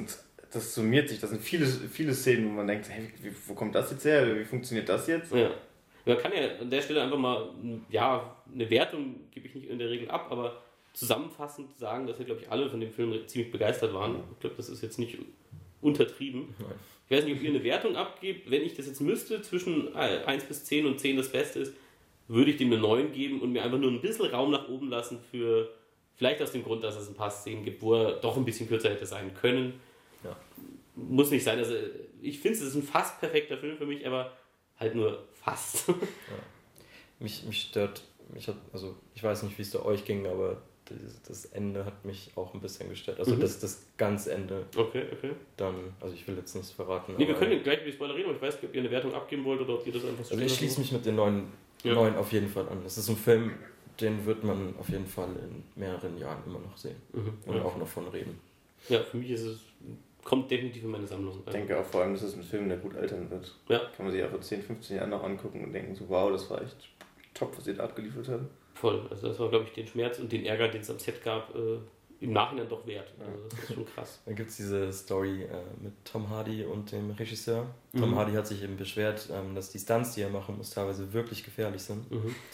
das summiert sich, das sind viele Szenen, wo man denkt, hey, wo kommt das jetzt her, wie funktioniert das jetzt? Ja. Man kann ja an der Stelle einfach mal, ja, eine Wertung gebe ich nicht in der Regel ab, aber zusammenfassend sagen, dass wir, glaube ich, alle von dem Film ziemlich begeistert waren. Ich glaube, das ist jetzt nicht untertrieben. Nein. Ich weiß nicht, ob ihr eine Wertung abgebt. Wenn ich das jetzt müsste, zwischen 1 bis 10 und 10 das Beste ist, würde ich dem eine 9 geben und mir einfach nur ein bisschen Raum nach oben lassen für, vielleicht aus dem Grund, dass es ein paar Szenen gibt, wo er doch ein bisschen kürzer hätte sein können. Ja. Muss nicht sein. Also ich finde, es ist ein fast perfekter Film für mich, aber halt nur fast. Ja. Mich stört ich weiß nicht, wie es da euch ging, aber das Ende hat mich auch ein bisschen gestört. Also das ganz Ende. Okay. Dann, also ich will jetzt nichts verraten. Nee, wir können gleich über die Spoiler reden, aber ich weiß nicht, ob ihr eine Wertung abgeben wollt oder ob ihr das einfach so. Also ich schließe mich mit den neuen auf jeden Fall an. Es ist ein Film, den wird man auf jeden Fall in mehreren Jahren immer noch sehen. Und auch noch von reden. Ja, für mich ist es, kommt definitiv in meine Sammlung. Ich denke auch vor allem, dass es ein Film, der gut altern wird. Ja. Kann man sich auch vor 10, 15 Jahren noch angucken und denken so, wow, das war echt top, was ihr da abgeliefert habt. Voll. Also das war, glaube ich, den Schmerz und den Ärger, den es am Set gab, im Nachhinein doch wert. Also das ist schon krass. Dann gibt es diese Story mit Tom Hardy und dem Regisseur. Tom Hardy hat sich eben beschwert, dass die Stunts, die er machen muss, teilweise wirklich gefährlich sind.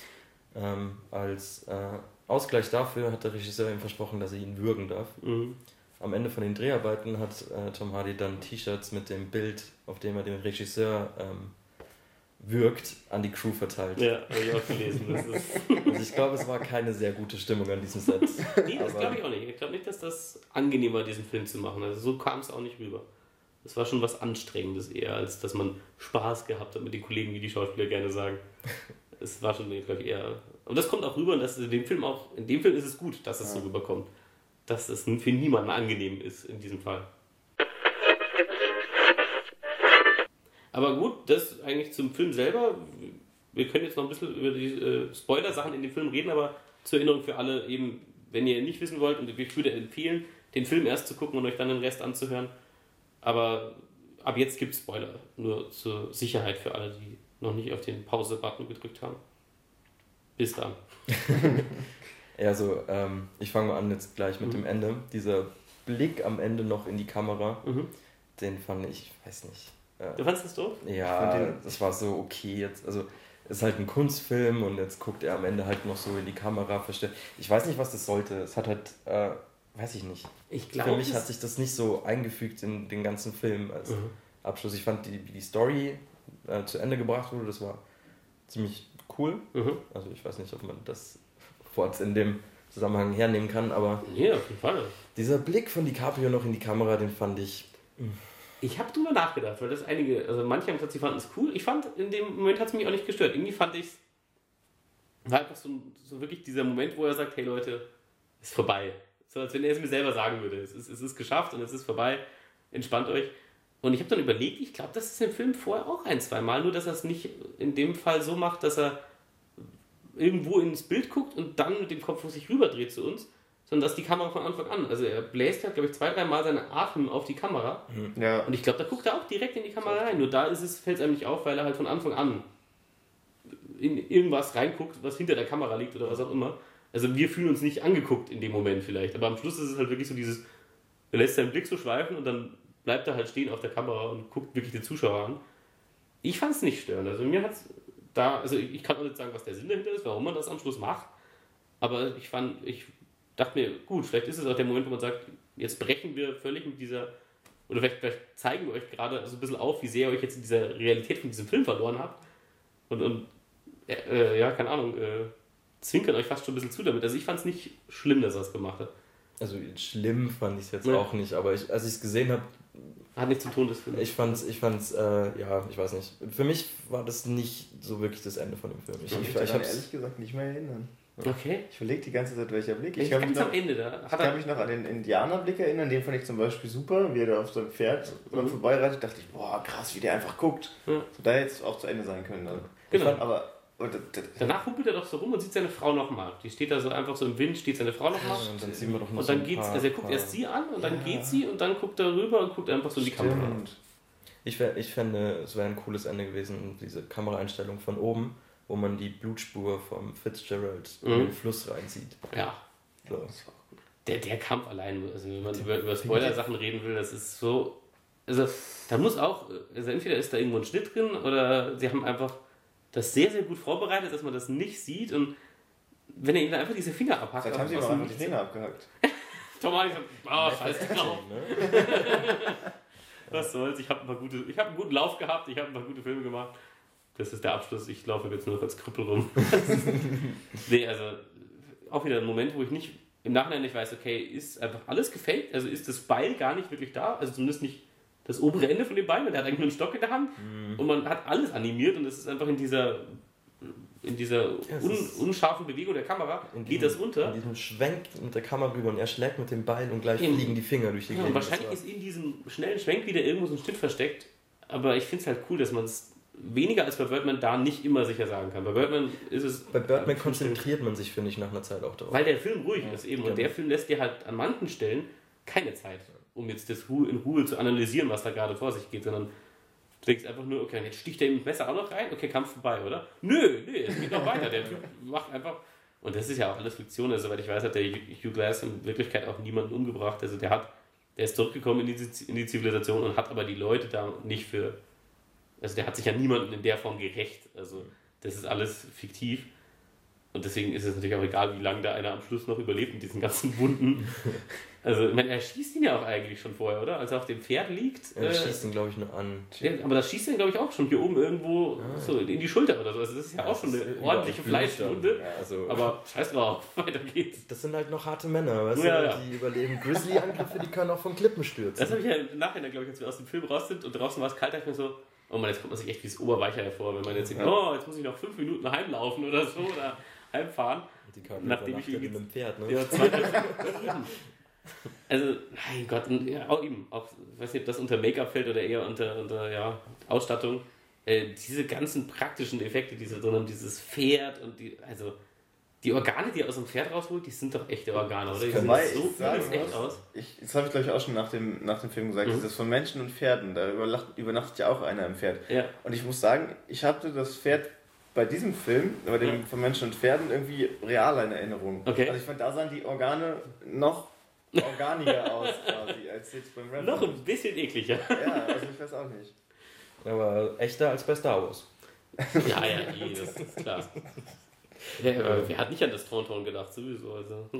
Als Ausgleich dafür hat der Regisseur ihm versprochen, dass er ihn würgen darf. Am Ende von den Dreharbeiten hat Tom Hardy dann T-Shirts mit dem Bild, auf dem er den Regisseur wirkt, an die Crew verteilt. Ja, habe ich auch gelesen. Also ich glaube, es war keine sehr gute Stimmung an diesem Set. Nee, das glaube ich auch nicht. Ich glaube nicht, dass das angenehm war, diesen Film zu machen. Also so kam es auch nicht rüber. Es war schon was Anstrengendes eher, als dass man Spaß gehabt hat mit den Kollegen, wie die Schauspieler gerne sagen. Es war schon, glaube ich, eher... Und das kommt auch rüber, und das in dem Film ist es gut, dass es so rüberkommt. Dass es für niemanden angenehm ist in diesem Fall. Aber gut, das eigentlich zum Film selber. Wir können jetzt noch ein bisschen über die Spoiler-Sachen in dem Film reden, aber zur Erinnerung für alle eben, wenn ihr nicht wissen wollt, und ich würde empfehlen, den Film erst zu gucken und euch dann den Rest anzuhören. Aber ab jetzt gibt es Spoiler, nur zur Sicherheit für alle, die noch nicht auf den Pause-Button gedrückt haben. Bis dann. Ja, so, ich fange mal an jetzt gleich mit dem Ende. Dieser Blick am Ende noch in die Kamera, den fand ich weiß nicht. Du fandest das doof? Ja, das war so okay jetzt. Also, es ist halt ein Kunstfilm und jetzt guckt er am Ende halt noch so in die Kamera verstellt. Ich weiß nicht, was das sollte. Es hat halt, weiß ich nicht. Für mich hat sich das nicht so eingefügt in den ganzen Film als Abschluss. Ich fand, wie die Story zu Ende gebracht wurde, das war ziemlich cool. Also, ich weiß nicht, ob man das Wort in dem Zusammenhang hernehmen kann, aber ja, auf jeden Fall. Dieser Blick von DiCaprio noch in die Kamera, den fand ich... Ich habe drüber nachgedacht, weil das manche haben gesagt, sie fanden es cool. Ich fand, in dem Moment hat es mich auch nicht gestört. Irgendwie fand ich es, war einfach so wirklich dieser Moment, wo er sagt, hey Leute, ist vorbei. So als wenn er es mir selber sagen würde. Es ist geschafft und es ist vorbei. Entspannt euch. Und ich habe dann überlegt, ich glaube, das ist im Film vorher auch 1-2 Mal, nur dass er es nicht in dem Fall so macht, dass er irgendwo ins Bild guckt und dann mit dem Kopf sich rüberdreht zu uns, sondern dass die Kamera von Anfang an, also er bläst halt, glaube ich, 2-3 Mal seine Atem auf die Kamera. Ja. Und ich glaube, da guckt er auch direkt in die Kamera rein. Nur da fällt es einem nicht auf, weil er halt von Anfang an in irgendwas reinguckt, was hinter der Kamera liegt oder was auch immer. Also wir fühlen uns nicht angeguckt in dem Moment vielleicht. Aber am Schluss ist es halt wirklich so dieses, er lässt seinen Blick so schweifen und dann bleibt er halt stehen auf der Kamera und guckt wirklich den Zuschauer an. Ich fand es nicht störend. Also mir hat es da, also ich kann auch nicht sagen, was der Sinn dahinter ist, warum man das am Schluss macht. Aber ich dachte mir, gut, vielleicht ist es auch der Moment, wo man sagt, jetzt brechen wir völlig mit dieser, oder vielleicht zeigen wir euch gerade so ein bisschen auf, wie sehr ihr euch jetzt in dieser Realität von diesem Film verloren habt. Und ja, keine Ahnung, zwinkern euch fast schon ein bisschen zu damit. Also ich fand es nicht schlimm, dass er es gemacht hat. Also schlimm fand ich es jetzt auch nicht, aber als ich es gesehen habe, hat nichts zu tun, das Film. Ich fand's, ja, ich weiß nicht. Für mich war das nicht so wirklich das Ende von dem Film. Ich kann mich ehrlich gesagt nicht mehr erinnern. Okay. Ich überlege die ganze Zeit, welcher Blick. Ich kann mich am Ende kann mich noch an den Indianerblick erinnern, den fand ich zum Beispiel super, wie er da auf seinem Pferd vorbeireitet, dachte ich, boah, krass, wie der einfach guckt. So, da hätte es auch zu Ende sein können. Also. Genau. Danach humpelt er doch so rum und sieht seine Frau nochmal. Die steht da so einfach so im Wind, steht seine Frau nochmal. Und dann sehen wir doch noch und dann geht's, also er guckt erst sie an und dann geht sie und dann guckt er rüber und guckt einfach so in die Kamera. Ich fände, es wäre ein cooles Ende gewesen, diese Kameraeinstellung von oben, wo man die Blutspur vom Fitzgerald in den Fluss reinzieht. Ja. So. Der Kampf allein, also wenn man über Spoiler-Sachen reden will, das ist so. Also da muss auch, also entweder ist da irgendwo ein Schnitt drin oder sie haben einfach das sehr, sehr gut vorbereitet, dass man das nicht sieht und wenn er ihm dann einfach diese Finger abhackt. Vielleicht haben sie ihm auch einfach die Finger abgehackt. Tom Hardy sagt, scheiß drauf. Was soll's, ich habe einen guten Lauf gehabt, ich habe ein paar gute Filme gemacht. Das ist der Abschluss, ich laufe jetzt nur noch als Krüppel rum. Nee, also auch wieder ein Moment, wo ich nicht im Nachhinein nicht weiß, okay, ist einfach alles gefaked? Also ist das Beil gar nicht wirklich da? Also zumindest nicht das obere Ende von dem Bein, der hat eigentlich nur einen Stock in der Hand und man hat alles animiert und es ist einfach in dieser unscharfen Bewegung der Kamera geht das unter. In diesem Schwenk mit der Kamera rüber und er schlägt mit dem Bein und gleich fliegen die Finger durch die Gegend. Und wahrscheinlich ist in diesem schnellen Schwenk wieder irgendwo so ein Schnitt versteckt, aber ich finde es halt cool, dass man es weniger als bei Birdman da nicht immer sicher sagen kann. Bei Birdman ist es... Bei Birdman konzentriert man sich, finde ich, nach einer Zeit auch darauf. Weil der Film ruhig ist eben und der Film lässt dir halt an manchen Stellen keine Zeit, um jetzt das in Ruhe zu analysieren, was da gerade vor sich geht, sondern du denkst einfach nur, okay, jetzt sticht er ihm mit dem Messer auch noch rein, okay, Kampf vorbei, oder? Nö, es geht noch weiter. Der Typ macht einfach... Und das ist ja auch alles Fiktion, also, soweit ich weiß, hat der Hugh Glass in Wirklichkeit auch niemanden umgebracht. Also der ist zurückgekommen in die Zivilisation und hat aber die Leute da nicht für... Also der hat sich ja niemanden in der Form gerecht. Also das ist alles fiktiv. Und deswegen ist es natürlich auch egal, wie lange da einer am Schluss noch überlebt mit diesen ganzen Wunden. Also, ich meine, er schießt ihn ja auch eigentlich schon vorher, oder? Als er auf dem Pferd liegt. Er schießt ihn, glaube ich, nur an. Ja, aber das schießt ihn, glaube ich, auch schon hier oben irgendwo so in die Schulter oder so. Also das ist ja auch schon eine ordentliche Fleischwunde. Ja, also aber scheiß drauf, weiter geht's. Das sind halt noch harte Männer, weißt du? Die überleben Grizzly-Angriffe, die können auch von Klippen stürzen. Das habe ich ja im Nachhinein, glaube ich, als wir aus dem Film raus sind und draußen war es kalt, da ich mir so, oh man, jetzt kommt man sich echt wie das Oberweicher hervor, wenn man jetzt denkt, jetzt muss ich noch 5 Minuten heimlaufen oder so oder heimfahren. Die nachdem ich mit dem Pferd, ne? Ja, 2 Also, mein Gott, ja, auch eben, auch, ich weiß nicht, ob das unter Make-up fällt oder eher unter Ausstattung. Diese ganzen praktischen Effekte, die sie drin haben, dieses Pferd und die Organe, die er aus dem Pferd rausholt, die sind doch echte Organe, oder? Die sehen so echt aus. Das habe ich, glaube ich, auch schon nach dem Film gesagt. Das ist von Menschen und Pferden. Da übernachtet ja auch einer im Pferd. Ja. Und ich muss sagen, ich hatte das Pferd bei diesem Film, bei dem von Menschen und Pferden, irgendwie realer in Erinnerung. Okay. Also ich fand, da sahen die Organe noch organiger aus, quasi, als jetzt beim Revenant. Noch ein bisschen ekliger. Ja, also ich weiß auch nicht. Aber echter als bei Star Wars. Ja, das ist klar. Ja, aber wer hat nicht an das Tauntaun gedacht, sowieso. Also.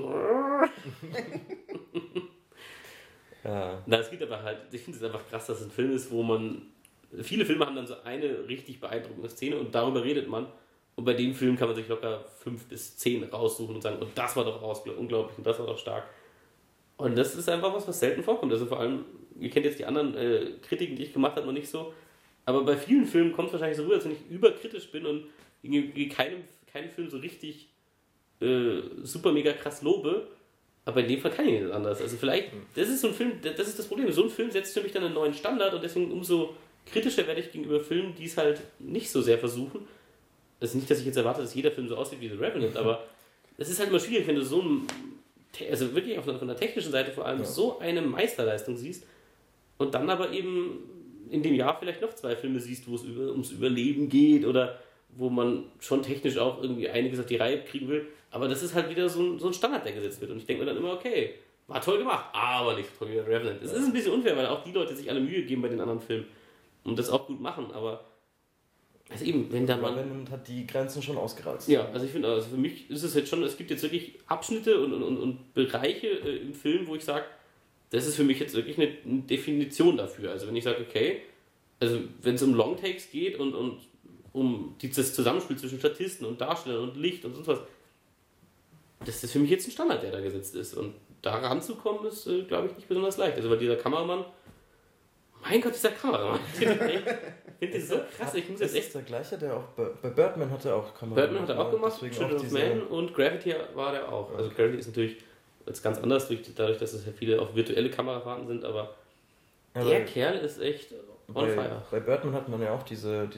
Ja. Na, es gibt aber halt, ich finde es einfach krass, dass es ein Film ist, wo man. Viele Filme haben dann so eine richtig beeindruckende Szene und darüber redet man. Und bei dem Film kann man sich locker 5 bis 10 raussuchen und sagen, und das war doch unglaublich und das war doch stark. Und das ist einfach was selten vorkommt. Also vor allem, ihr kennt jetzt die anderen Kritiken, die ich gemacht habe, noch nicht so. Aber bei vielen Filmen kommt es wahrscheinlich so rüber, als wenn ich überkritisch bin und keinen Film so richtig super mega krass lobe. Aber in dem Fall kann ich nicht anders. Also vielleicht, das ist so ein Film, das ist das Problem. So ein Film setzt für mich dann einen neuen Standard und deswegen umso kritischer werde ich gegenüber Filmen, die es halt nicht so sehr versuchen. Das ist nicht, dass ich jetzt erwarte, dass jeder Film so aussieht wie The Revenant, aber es ist halt immer schwierig, wenn du so ein, also wirklich von der technischen Seite vor allem so eine Meisterleistung siehst und dann aber eben in dem Jahr vielleicht noch 2 Filme siehst, wo es ums Überleben geht oder wo man schon technisch auch irgendwie einiges auf die Reihe kriegen will, aber das ist halt wieder so ein Standard, der gesetzt wird und ich denke mir dann immer, okay, war toll gemacht, aber nicht so toll wie The Revenant. Es ist ein bisschen unfair, weil auch die Leute sich alle Mühe geben bei den anderen Filmen und das auch gut machen, aber also eben, wenn da man... Revenant hat die Grenzen schon ausgereizt. Ja, also ich finde, für mich ist es jetzt schon, es gibt jetzt wirklich Abschnitte und Bereiche im Film, wo ich sage, das ist für mich jetzt wirklich eine Definition dafür. Also wenn ich sage, okay, also wenn es um Longtakes geht und um das Zusammenspiel zwischen Statisten und Darstellern und Licht und sonst was, das ist für mich jetzt ein Standard, der da gesetzt ist. Und da ranzukommen ist, glaube ich, nicht besonders leicht. Also weil dieser Kameramann, mein Gott, dieser Kameramann, ich finde das so krass. Ich muss jetzt echt... Ist der gleiche, der auch bei Birdman hat er auch Kameramann. Birdman hat er auch gemacht, Children of Man und Gravity war der auch. Also Gravity ist natürlich jetzt ganz anders, dadurch, dass es ja viele auch virtuelle Kamerafahrten sind, aber der Kerl ist echt on fire. Bei Birdman hat man ja auch diese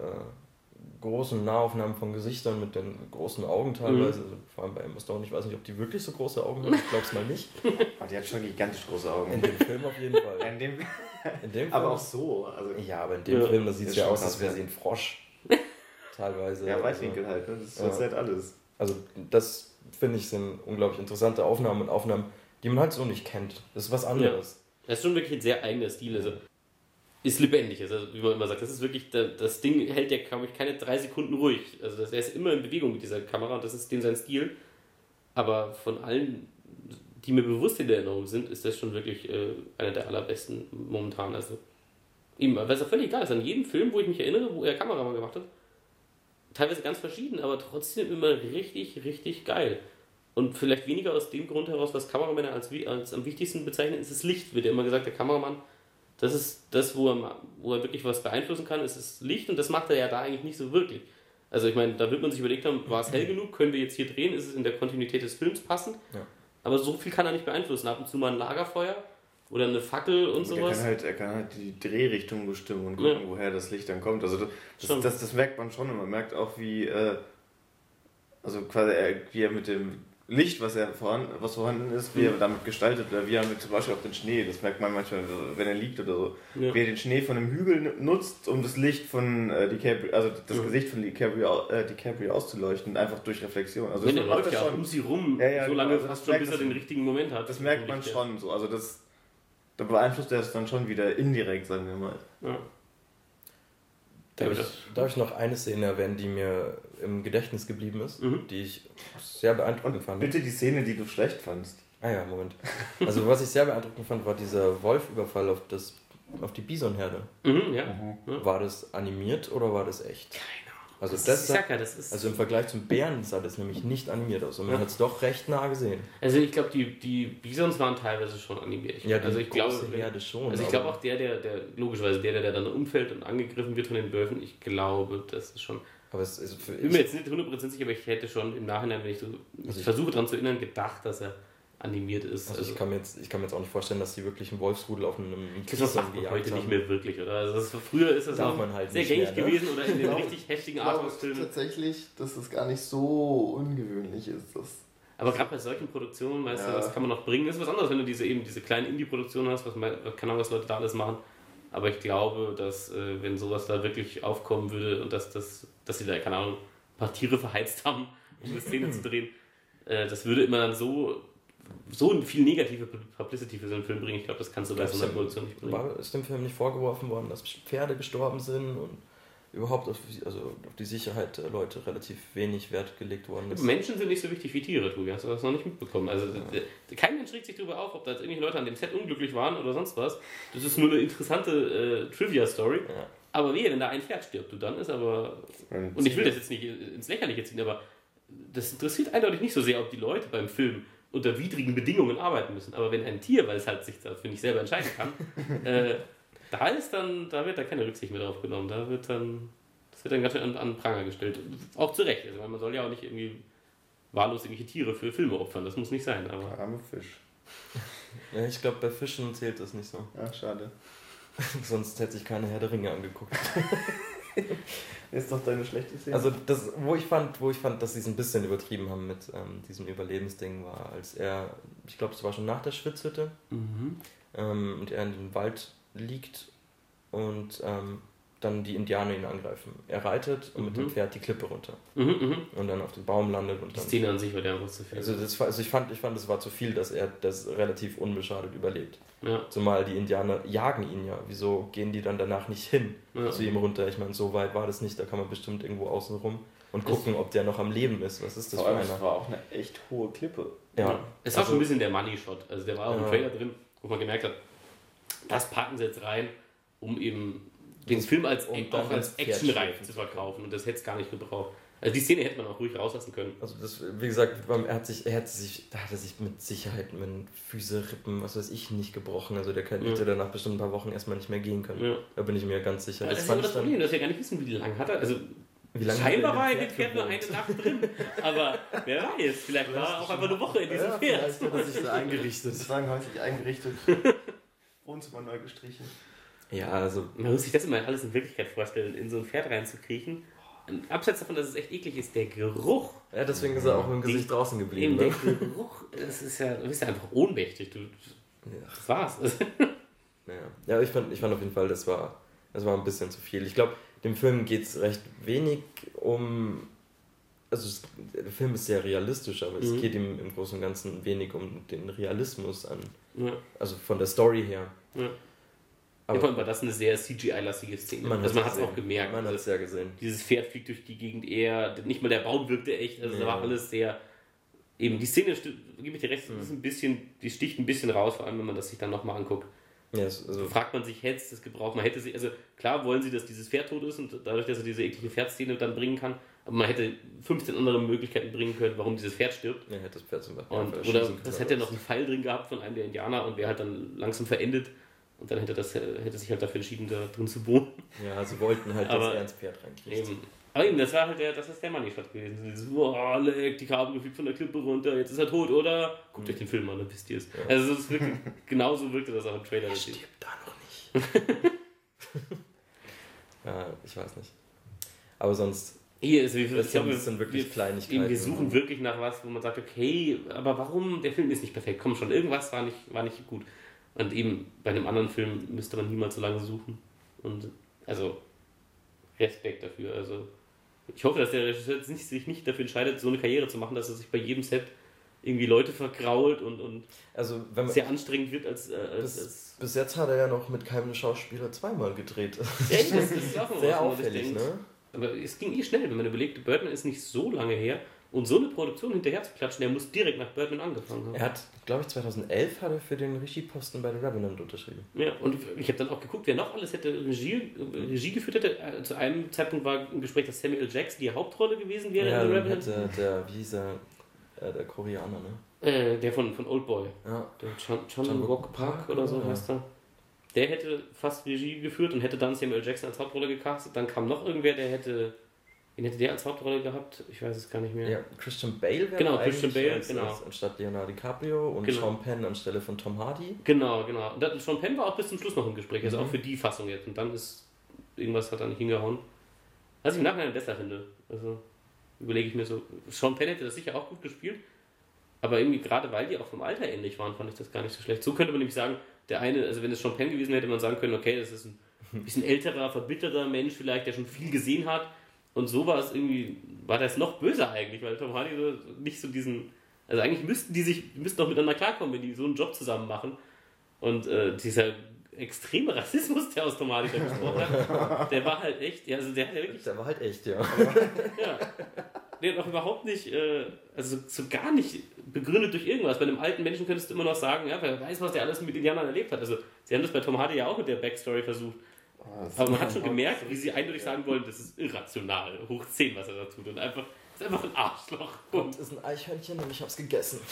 großen Nahaufnahmen von Gesichtern mit den großen Augen teilweise, vor allem bei Emma Stone. Ich weiß nicht, ob die wirklich so große Augen hat, ich glaube es mal nicht. Aber die hat schon gigantisch große Augen. In dem Film auf jeden Fall. In dem Film, aber auch so. Also ja, aber in dem Film, da sieht es ja aus, als wäre sie ein Frosch. Teilweise. Ja, Weitwinkel halt, ne? Das ist halt alles. Also das finde ich sind unglaublich interessante Aufnahmen und Aufnahmen, die man halt so nicht kennt. Das ist was anderes. Ja. Das ist schon wirklich ein sehr eigener Stil. Also ist lebendig, also wie man immer sagt. Das ist wirklich, das Ding hält ja, glaube ich, keine 3 Sekunden ruhig. Also er ist immer in Bewegung mit dieser Kamera und das ist dem sein Stil. Aber von allen, die mir bewusst in der Erinnerung sind, ist das schon wirklich einer der allerbesten momentan. Also eben, weil es auch völlig egal ist. An jedem Film, wo ich mich erinnere, wo er Kameramann gemacht hat, teilweise ganz verschieden, aber trotzdem immer richtig, richtig geil. Und vielleicht weniger aus dem Grund heraus, was Kameramänner als am wichtigsten bezeichnen, ist das Licht. Wird ja immer gesagt, der Kameramann, das ist das, wo er wirklich was beeinflussen kann, ist das Licht und das macht er ja da eigentlich nicht so wirklich. Also ich meine, da wird man sich überlegt haben, war es hell genug, können wir jetzt hier drehen, ist es in der Kontinuität des Films passend? Ja. Aber so viel kann er nicht beeinflussen. Ab und zu mal ein Lagerfeuer oder eine Fackel und sowas. Er kann halt die Drehrichtung bestimmen und gucken, woher das Licht dann kommt. Also das merkt man schon und man merkt auch, wie er mit dem Licht, was vorhanden ist, wie er damit gestaltet oder wie er mit zum Beispiel auch den Schnee, das merkt man manchmal, wenn er liegt oder so, wie er den Schnee von einem Hügel nutzt, um das Licht von DiCaprio, also das Gesicht von DiCaprio auszuleuchten, einfach durch Reflexion. Also wenn der läuft ja auch um sie rum, so lange genau, fast schon, bis er den richtigen Moment hat. Das merkt man schon so, also da beeinflusst er es dann schon wieder indirekt, sagen wir mal. Ja. Darf ich noch eine Szene erwähnen, die mir im Gedächtnis geblieben ist, die ich sehr beeindruckend fand? Bitte die Szene, die du schlecht fandst. Ah ja, Moment. Also was ich sehr beeindruckend fand, war dieser Wolfüberfall auf die Bisonherde. War das animiert oder war das echt? Keine Ahnung. Also, also im Vergleich zum Bären sah das nämlich nicht animiert aus und man hat es doch recht nah gesehen. Also ich glaube, die Bisons waren teilweise schon animiert. Ich glaube schon. Also ich glaube auch der logischerweise der dann umfällt und angegriffen wird von den Wölfen, ich glaube, das ist schon... Aber es ist ich bin mir jetzt nicht 100% sicher, aber ich hätte schon im Nachhinein, wenn ich versuche daran zu erinnern, gedacht, dass er animiert ist. Also ich kann mir jetzt auch nicht vorstellen, dass die wirklich einen Wolfsrudel auf einem das macht man heute nicht mehr wirklich, oder? Also früher ist das noch halt sehr gängig gewesen oder in den richtig heftigen Arthouse-Filmen. Tatsächlich, dass das gar nicht so ungewöhnlich ist. Aber gerade bei solchen Produktionen, weißt du, das kann man noch bringen. Das ist was anderes, wenn du diese kleinen Indie-Produktionen hast, keine Ahnung, was Leute da alles machen. Aber ich glaube, dass wenn sowas da wirklich aufkommen würde und dass sie da, keine Ahnung, ein paar Tiere verheizt haben, um eine Szene zu drehen, das würde immer dann so viel negative Publicity für so einen Film bringen. Ich glaube, das kannst du bei so einer Produktion nicht bringen. Ist dem Film nicht vorgeworfen worden, dass Pferde gestorben sind und überhaupt auf die Sicherheit der Leute relativ wenig Wert gelegt worden ist? Menschen sind nicht so wichtig wie Tiere, Tobi. Hast du das noch nicht mitbekommen? Also kein Mensch regt sich darüber auf, ob da jetzt irgendwelche Leute an dem Set unglücklich waren oder sonst was. Das ist nur eine interessante Trivia-Story. Ja. Aber wenn da ein Pferd stirbt, dann ist aber... Und ich will das jetzt nicht ins Lächerliche ziehen, aber das interessiert eindeutig nicht so sehr, ob die Leute beim Film unter widrigen Bedingungen arbeiten müssen. Aber wenn ein Tier, weil es halt sich dafür nicht selber entscheiden kann, da wird da keine Rücksicht mehr drauf genommen. Das wird dann ganz schön an Pranger gestellt. Auch zu Recht. Also man soll ja auch nicht irgendwie wahllos irgendwelche Tiere für Filme opfern. Das muss nicht sein. Aber arme Fisch. Ja, ich glaube, bei Fischen zählt das nicht so. Ja, schade. Sonst hätte ich keine Herr der Ringe angeguckt. Ist doch deine schlechte Szene. Also wo ich fand, dass sie es ein bisschen übertrieben haben mit diesem Überlebensding, war, als er, ich glaube, es war schon nach der Schwitzhütte, und er in dem Wald liegt und dann die Indianer ihn angreifen. Er reitet und mit dem Pferd die Klippe runter und dann auf den Baum landet. Und die Szene an sich war der einfach zu viel. Also ich fand, es war zu viel, dass er das relativ unbeschadet überlebt. Ja. Zumal die Indianer jagen ihn ja. Wieso gehen die dann danach nicht hin zu ihm runter? Ich meine, so weit war das nicht. Da kann man bestimmt irgendwo außen rum und gucken, ob der noch am Leben ist. Was ist das für einer? Das war auch eine echt hohe Klippe. Ja. Es war schon ein bisschen der Money-Shot. Also der war auch im Trailer drin, wo man gemerkt hat, das packen sie jetzt rein, um eben den Film als actionreif zu verkaufen. Und das hätte es gar nicht gebraucht. Also die Szene hätte man auch ruhig rauslassen können. Also das, wie gesagt, da hat er sich mit Sicherheit mit Füße, Rippen, was weiß ich, nicht gebrochen. Also der hätte danach bestimmt ein paar Wochen erstmal nicht mehr gehen können. Ja. Da bin ich mir ganz sicher. Das ist aber das Problem, dass wir gar nicht wissen, wie lange hat er. Also scheinbar war er in dem Pferd nur eine Nacht drin. Aber wer weiß, vielleicht war er auch einfach eine Woche in diesem Pferd. Vielleicht hat er sich da eingerichtet. Das sagen häufig eingerichtet. Wohnzimmer neu gestrichen. Ja, also... Man muss sich das immer alles in Wirklichkeit vorstellen, in so ein Pferd reinzukriechen. Abseits davon, dass es echt eklig ist, der Geruch. Ja, deswegen ist er auch mit dem Gesicht draußen geblieben. Der Geruch, du bist ja einfach ohnmächtig. Das war's. Ja, ich fand auf jeden Fall, das war ein bisschen zu viel. Ich glaube, dem Film geht es recht wenig um... Also der Film ist sehr realistisch, aber es geht ihm im Großen und Ganzen wenig um den Realismus an. Ja. Also von der Story her. Ja. Aber vor allem war das eine sehr CGI-lastige Szene. Man hat es auch gemerkt. Man hat es ja gesehen. Dieses Pferd fliegt durch die Gegend nicht mal der Baum wirkte echt. Also da war alles sehr... Eben, die Szene, gebe ich dir recht, ist ein bisschen, die sticht ein bisschen raus, vor allem wenn man das sich dann nochmal anguckt. Ja, also fragt man sich, hätte es das gebraucht? Man hätte also klar wollen sie, dass dieses Pferd tot ist und dadurch, dass er diese eklige Pferdszene dann bringen kann, aber man hätte 15 andere Möglichkeiten bringen können, warum dieses Pferd stirbt. Ja, hätte das Pferd zum Beispiel oder das hätte noch einen Pfeil drin gehabt von einem der Indianer und wäre halt dann langsam verendet. Und dann hätte sich halt dafür entschieden, da drin zu bohren. Ja, sie wollten halt, dass er ins Pferd reinkriegt. Aber eben, das war halt das ist der Money Shot gewesen. Dieses, leck, die Kabel fliegt von der Klippe runter, jetzt ist er tot, oder? Guckt euch den Film an, dann wisst ihr es. Ja. Also es ist wirklich, genauso wirkte das auch im Trailer. Er stirbt da noch nicht. Ja, ich weiß nicht. Aber sonst... Hier ist, das sind wirklich Kleinigkeiten. Wir suchen wirklich nach was, wo man sagt, okay, aber warum? Der Film ist nicht perfekt. Komm schon, irgendwas war nicht gut. Und eben bei einem anderen Film müsste man niemals so lange suchen. Und also Respekt dafür. Also ich hoffe, dass der Regisseur sich nicht dafür entscheidet, so eine Karriere zu machen, dass er sich bei jedem Set irgendwie Leute vergrault und also, wenn man, sehr anstrengend wird bis jetzt hat er ja noch mit keinem Schauspieler zweimal gedreht. Ja, das ist auch immer sehr auffällig, ne? Aber es ging schnell, wenn man überlegt, Birdman ist nicht so lange her und so eine Produktion hinterher zu klatschen, der muss direkt nach Birdman angefangen haben. Er hat, glaube ich, 2011 hat er für den Regieposten bei The Revenant unterschrieben. Ja, und ich habe dann auch geguckt, wer noch alles hätte Regie geführt hätte. Zu einem Zeitpunkt war im Gespräch, dass Samuel Jackson die Hauptrolle gewesen wäre in The Revenant. Wie hieß er? Der Koreaner, ne? Der von Oldboy. Ja. Der Chan Wook Park oder so heißt er. Der hätte fast Regie geführt und hätte dann Samuel Jackson als Hauptrolle gecastet. Dann kam noch irgendwer, wen hätte der als Hauptrolle gehabt? Ich weiß es gar nicht mehr. Ja, Christian Bale wäre genau, Christian Bale, anstatt Leonardo DiCaprio und Sean Penn anstelle von Tom Hardy. Genau. Und Sean Penn war auch bis zum Schluss noch im Gespräch, also auch für die Fassung jetzt. Und dann ist irgendwas hat da nicht hingehauen. Was ich im Nachhinein besser finde. Also überlege ich mir so, Sean Penn hätte das sicher auch gut gespielt, aber irgendwie gerade weil die auch vom Alter ähnlich waren, fand ich das gar nicht so schlecht. So könnte man nämlich sagen, der eine, also wenn es Sean Penn gewesen wäre, hätte man sagen können, okay, das ist ein bisschen älterer, verbitterter Mensch vielleicht, der schon viel gesehen hat. Und so war es irgendwie, war das noch böser eigentlich, weil Tom Hardy so nicht so diesen, also eigentlich müssten doch miteinander klarkommen, wenn die so einen Job zusammen machen. Und dieser extreme Rassismus, der aus Tom Hardy da gesprochen hat, der war halt echt, also der hat ja wirklich... Der war halt echt, ja. Ja. Der hat auch überhaupt nicht, also so gar nicht begründet durch irgendwas. Bei einem alten Menschen könntest du immer noch sagen, ja, wer weiß, was der alles mit Indianern erlebt hat. Also sie haben das bei Tom Hardy ja auch mit der Backstory versucht. Aber man hat schon gemerkt, wie sie eindeutig sagen wollen, das ist irrational, hoch 10, was er da tut. Und einfach, das ist einfach ein Arschloch. Und ist ein Eichhörnchen und ich hab's gegessen.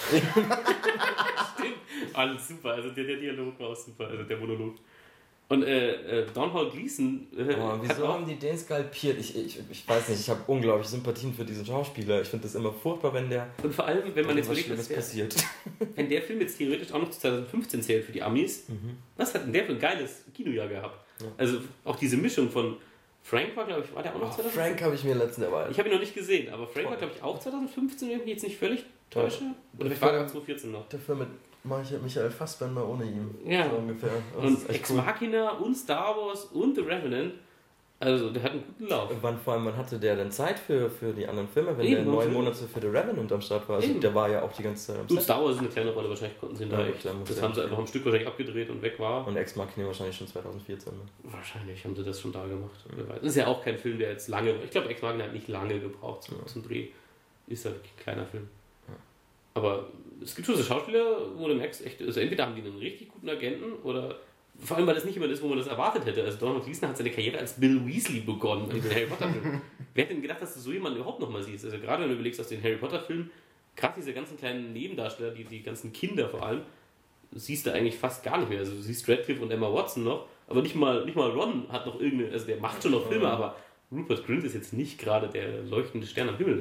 Stimmt. Alles super, also der Dialog war auch super, also der Monolog. Und Domhnall Gleeson... wieso haben die den skalpiert? Ich weiß nicht, ich habe unglaublich Sympathien für diesen Schauspieler. Ich finde das immer furchtbar, wenn der... Und vor allem, wenn man jetzt überlegt, was passiert. Wenn der Film jetzt theoretisch auch noch zu 2015 zählt für die Amis, was hat denn der für ein geiles Kinojahr gehabt? Ja. Also auch diese Mischung von... Frank war, glaube ich, war der auch noch 2015? Frank habe ich mir letztens erwartet. Ich habe ihn noch nicht gesehen, aber Frank war, glaube ich, auch 2015, wenn ich mich jetzt nicht völlig täusche. Oder vielleicht war der 2014 noch. Der Film mit Michael Fassbender ohne ihn. Ja. So ungefähr. Und Ex Machina und Star Wars und The Revenant. Also der hat einen guten Lauf. Wann hatte der denn Zeit für die anderen Filme, wenn der 9 Monate für The Revenant am Start war? Also der war ja auch die ganze Zeit am Set. Und Star Wars ist eine kleine Rolle, wahrscheinlich konnten sie ihn da echt. Das haben sie einfach ein Stück wahrscheinlich abgedreht und weg war. Und Ex Machina wahrscheinlich schon 2014. Ne? Wahrscheinlich haben sie das schon da gemacht. Das ist ja auch kein Film, der jetzt lange... Ich glaube, Ex Machina hat nicht lange gebraucht zum Dreh. Ist ja wirklich ein kleiner Film. Ja. Aber es gibt schon so Schauspieler, wo du merkst, echt, also entweder haben die einen richtig guten Agenten oder... Vor allem, weil das nicht jemand ist, wo man das erwartet hätte. Also Domhnall Gleeson hat seine Karriere als Bill Weasley begonnen in den Harry Potter Filmen. Wer hätte denn gedacht, dass du so jemanden überhaupt nochmal siehst? Also gerade wenn du überlegst aus den Harry Potter Filmen, gerade diese ganzen kleinen Nebendarsteller, die ganzen Kinder vor allem, siehst du eigentlich fast gar nicht mehr. Also du siehst Radcliffe und Emma Watson noch, aber nicht mal Ron hat noch irgendeine, also der macht schon noch Filme, aber Rupert Grint ist jetzt nicht gerade der leuchtende Stern am Himmel.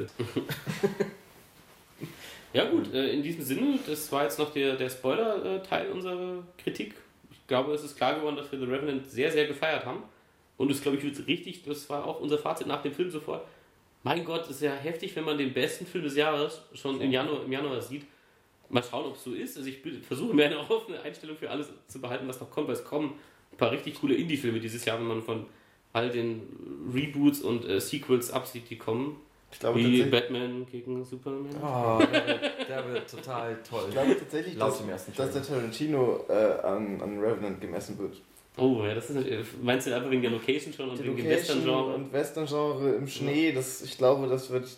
Ja gut, in diesem Sinne, das war jetzt noch der Spoiler-Teil unserer Kritik. Ich glaube, es ist klar geworden, dass wir The Revenant sehr, sehr gefeiert haben. Und es glaube ich wird richtig, das war auch unser Fazit nach dem Film sofort. Mein Gott, ist ja heftig, wenn man den besten Film des Jahres schon im Januar sieht. Mal schauen, ob es so ist. Also ich versuche mir eine offene Einstellung für alles zu behalten, was noch kommt, weil es kommen ein paar richtig coole Indie-Filme dieses Jahr, wenn man von all den Reboots und Sequels absieht, die kommen. Ich glaube, wie Batman gegen Superman. Oh, der wird total toll. Ich glaube tatsächlich, dass der Tarantino an Revenant gemessen wird. Oh, ja, das ist meinst du einfach wegen der Location schon und wegen dem Western-Genre? Und Western-Genre im Schnee, ich glaube, das wird...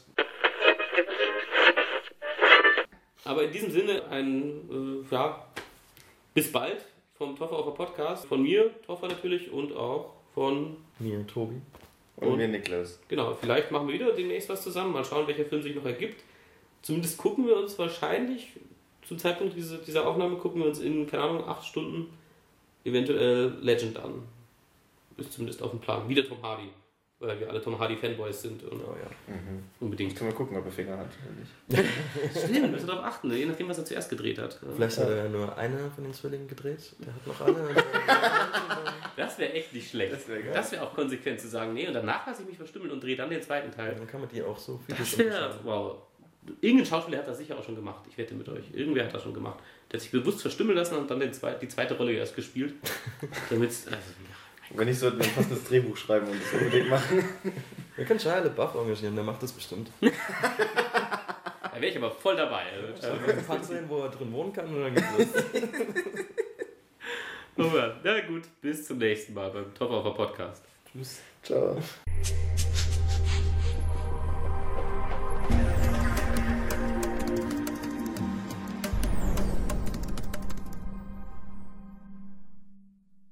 Aber in diesem Sinne bis bald vom Toffer Podcast. Von mir, Toffer natürlich, und auch von mir, Tobi. Und mir, Niklas. Genau, vielleicht machen wir wieder demnächst was zusammen. Mal schauen, welcher Film sich noch ergibt. Zumindest gucken wir uns wahrscheinlich, zum Zeitpunkt dieser Aufnahme, gucken wir uns in, keine Ahnung, 8 Stunden eventuell Legend an. Ist zumindest auf dem Plan. Wieder Tom Hardy. weil wir alle Tom Hardy-Fanboys sind. Und unbedingt. Können wir gucken, ob er Finger hat oder nicht. Stimmt, müssen wir darauf achten, je nachdem, was er zuerst gedreht hat. Vielleicht hat er nur einer von den Zwillingen gedreht. Der hat noch alle. Das wäre echt nicht schlecht. Das wäre auch konsequent zu sagen, nee, und danach lasse ich mich verstümmeln und drehe dann den zweiten Teil. Dann kann man die auch so viel. Das wäre, wow. Irgendein Schauspieler hat das sicher auch schon gemacht. Ich wette mit euch. Irgendwer hat das schon gemacht. Der hat sich bewusst verstümmeln lassen und dann die zweite Rolle erst gespielt. Damit Wenn nicht, sollten wir ein passendes Drehbuch schreiben und das unbedingt machen. Wir können Shia LaBeouf engagieren, der macht das bestimmt. Da wäre ich aber voll dabei. Ein Panzer hin, wo er drin wohnen kann und dann geht's los. Na gut, bis zum nächsten Mal beim Top of a Podcast. Tschüss. Ciao.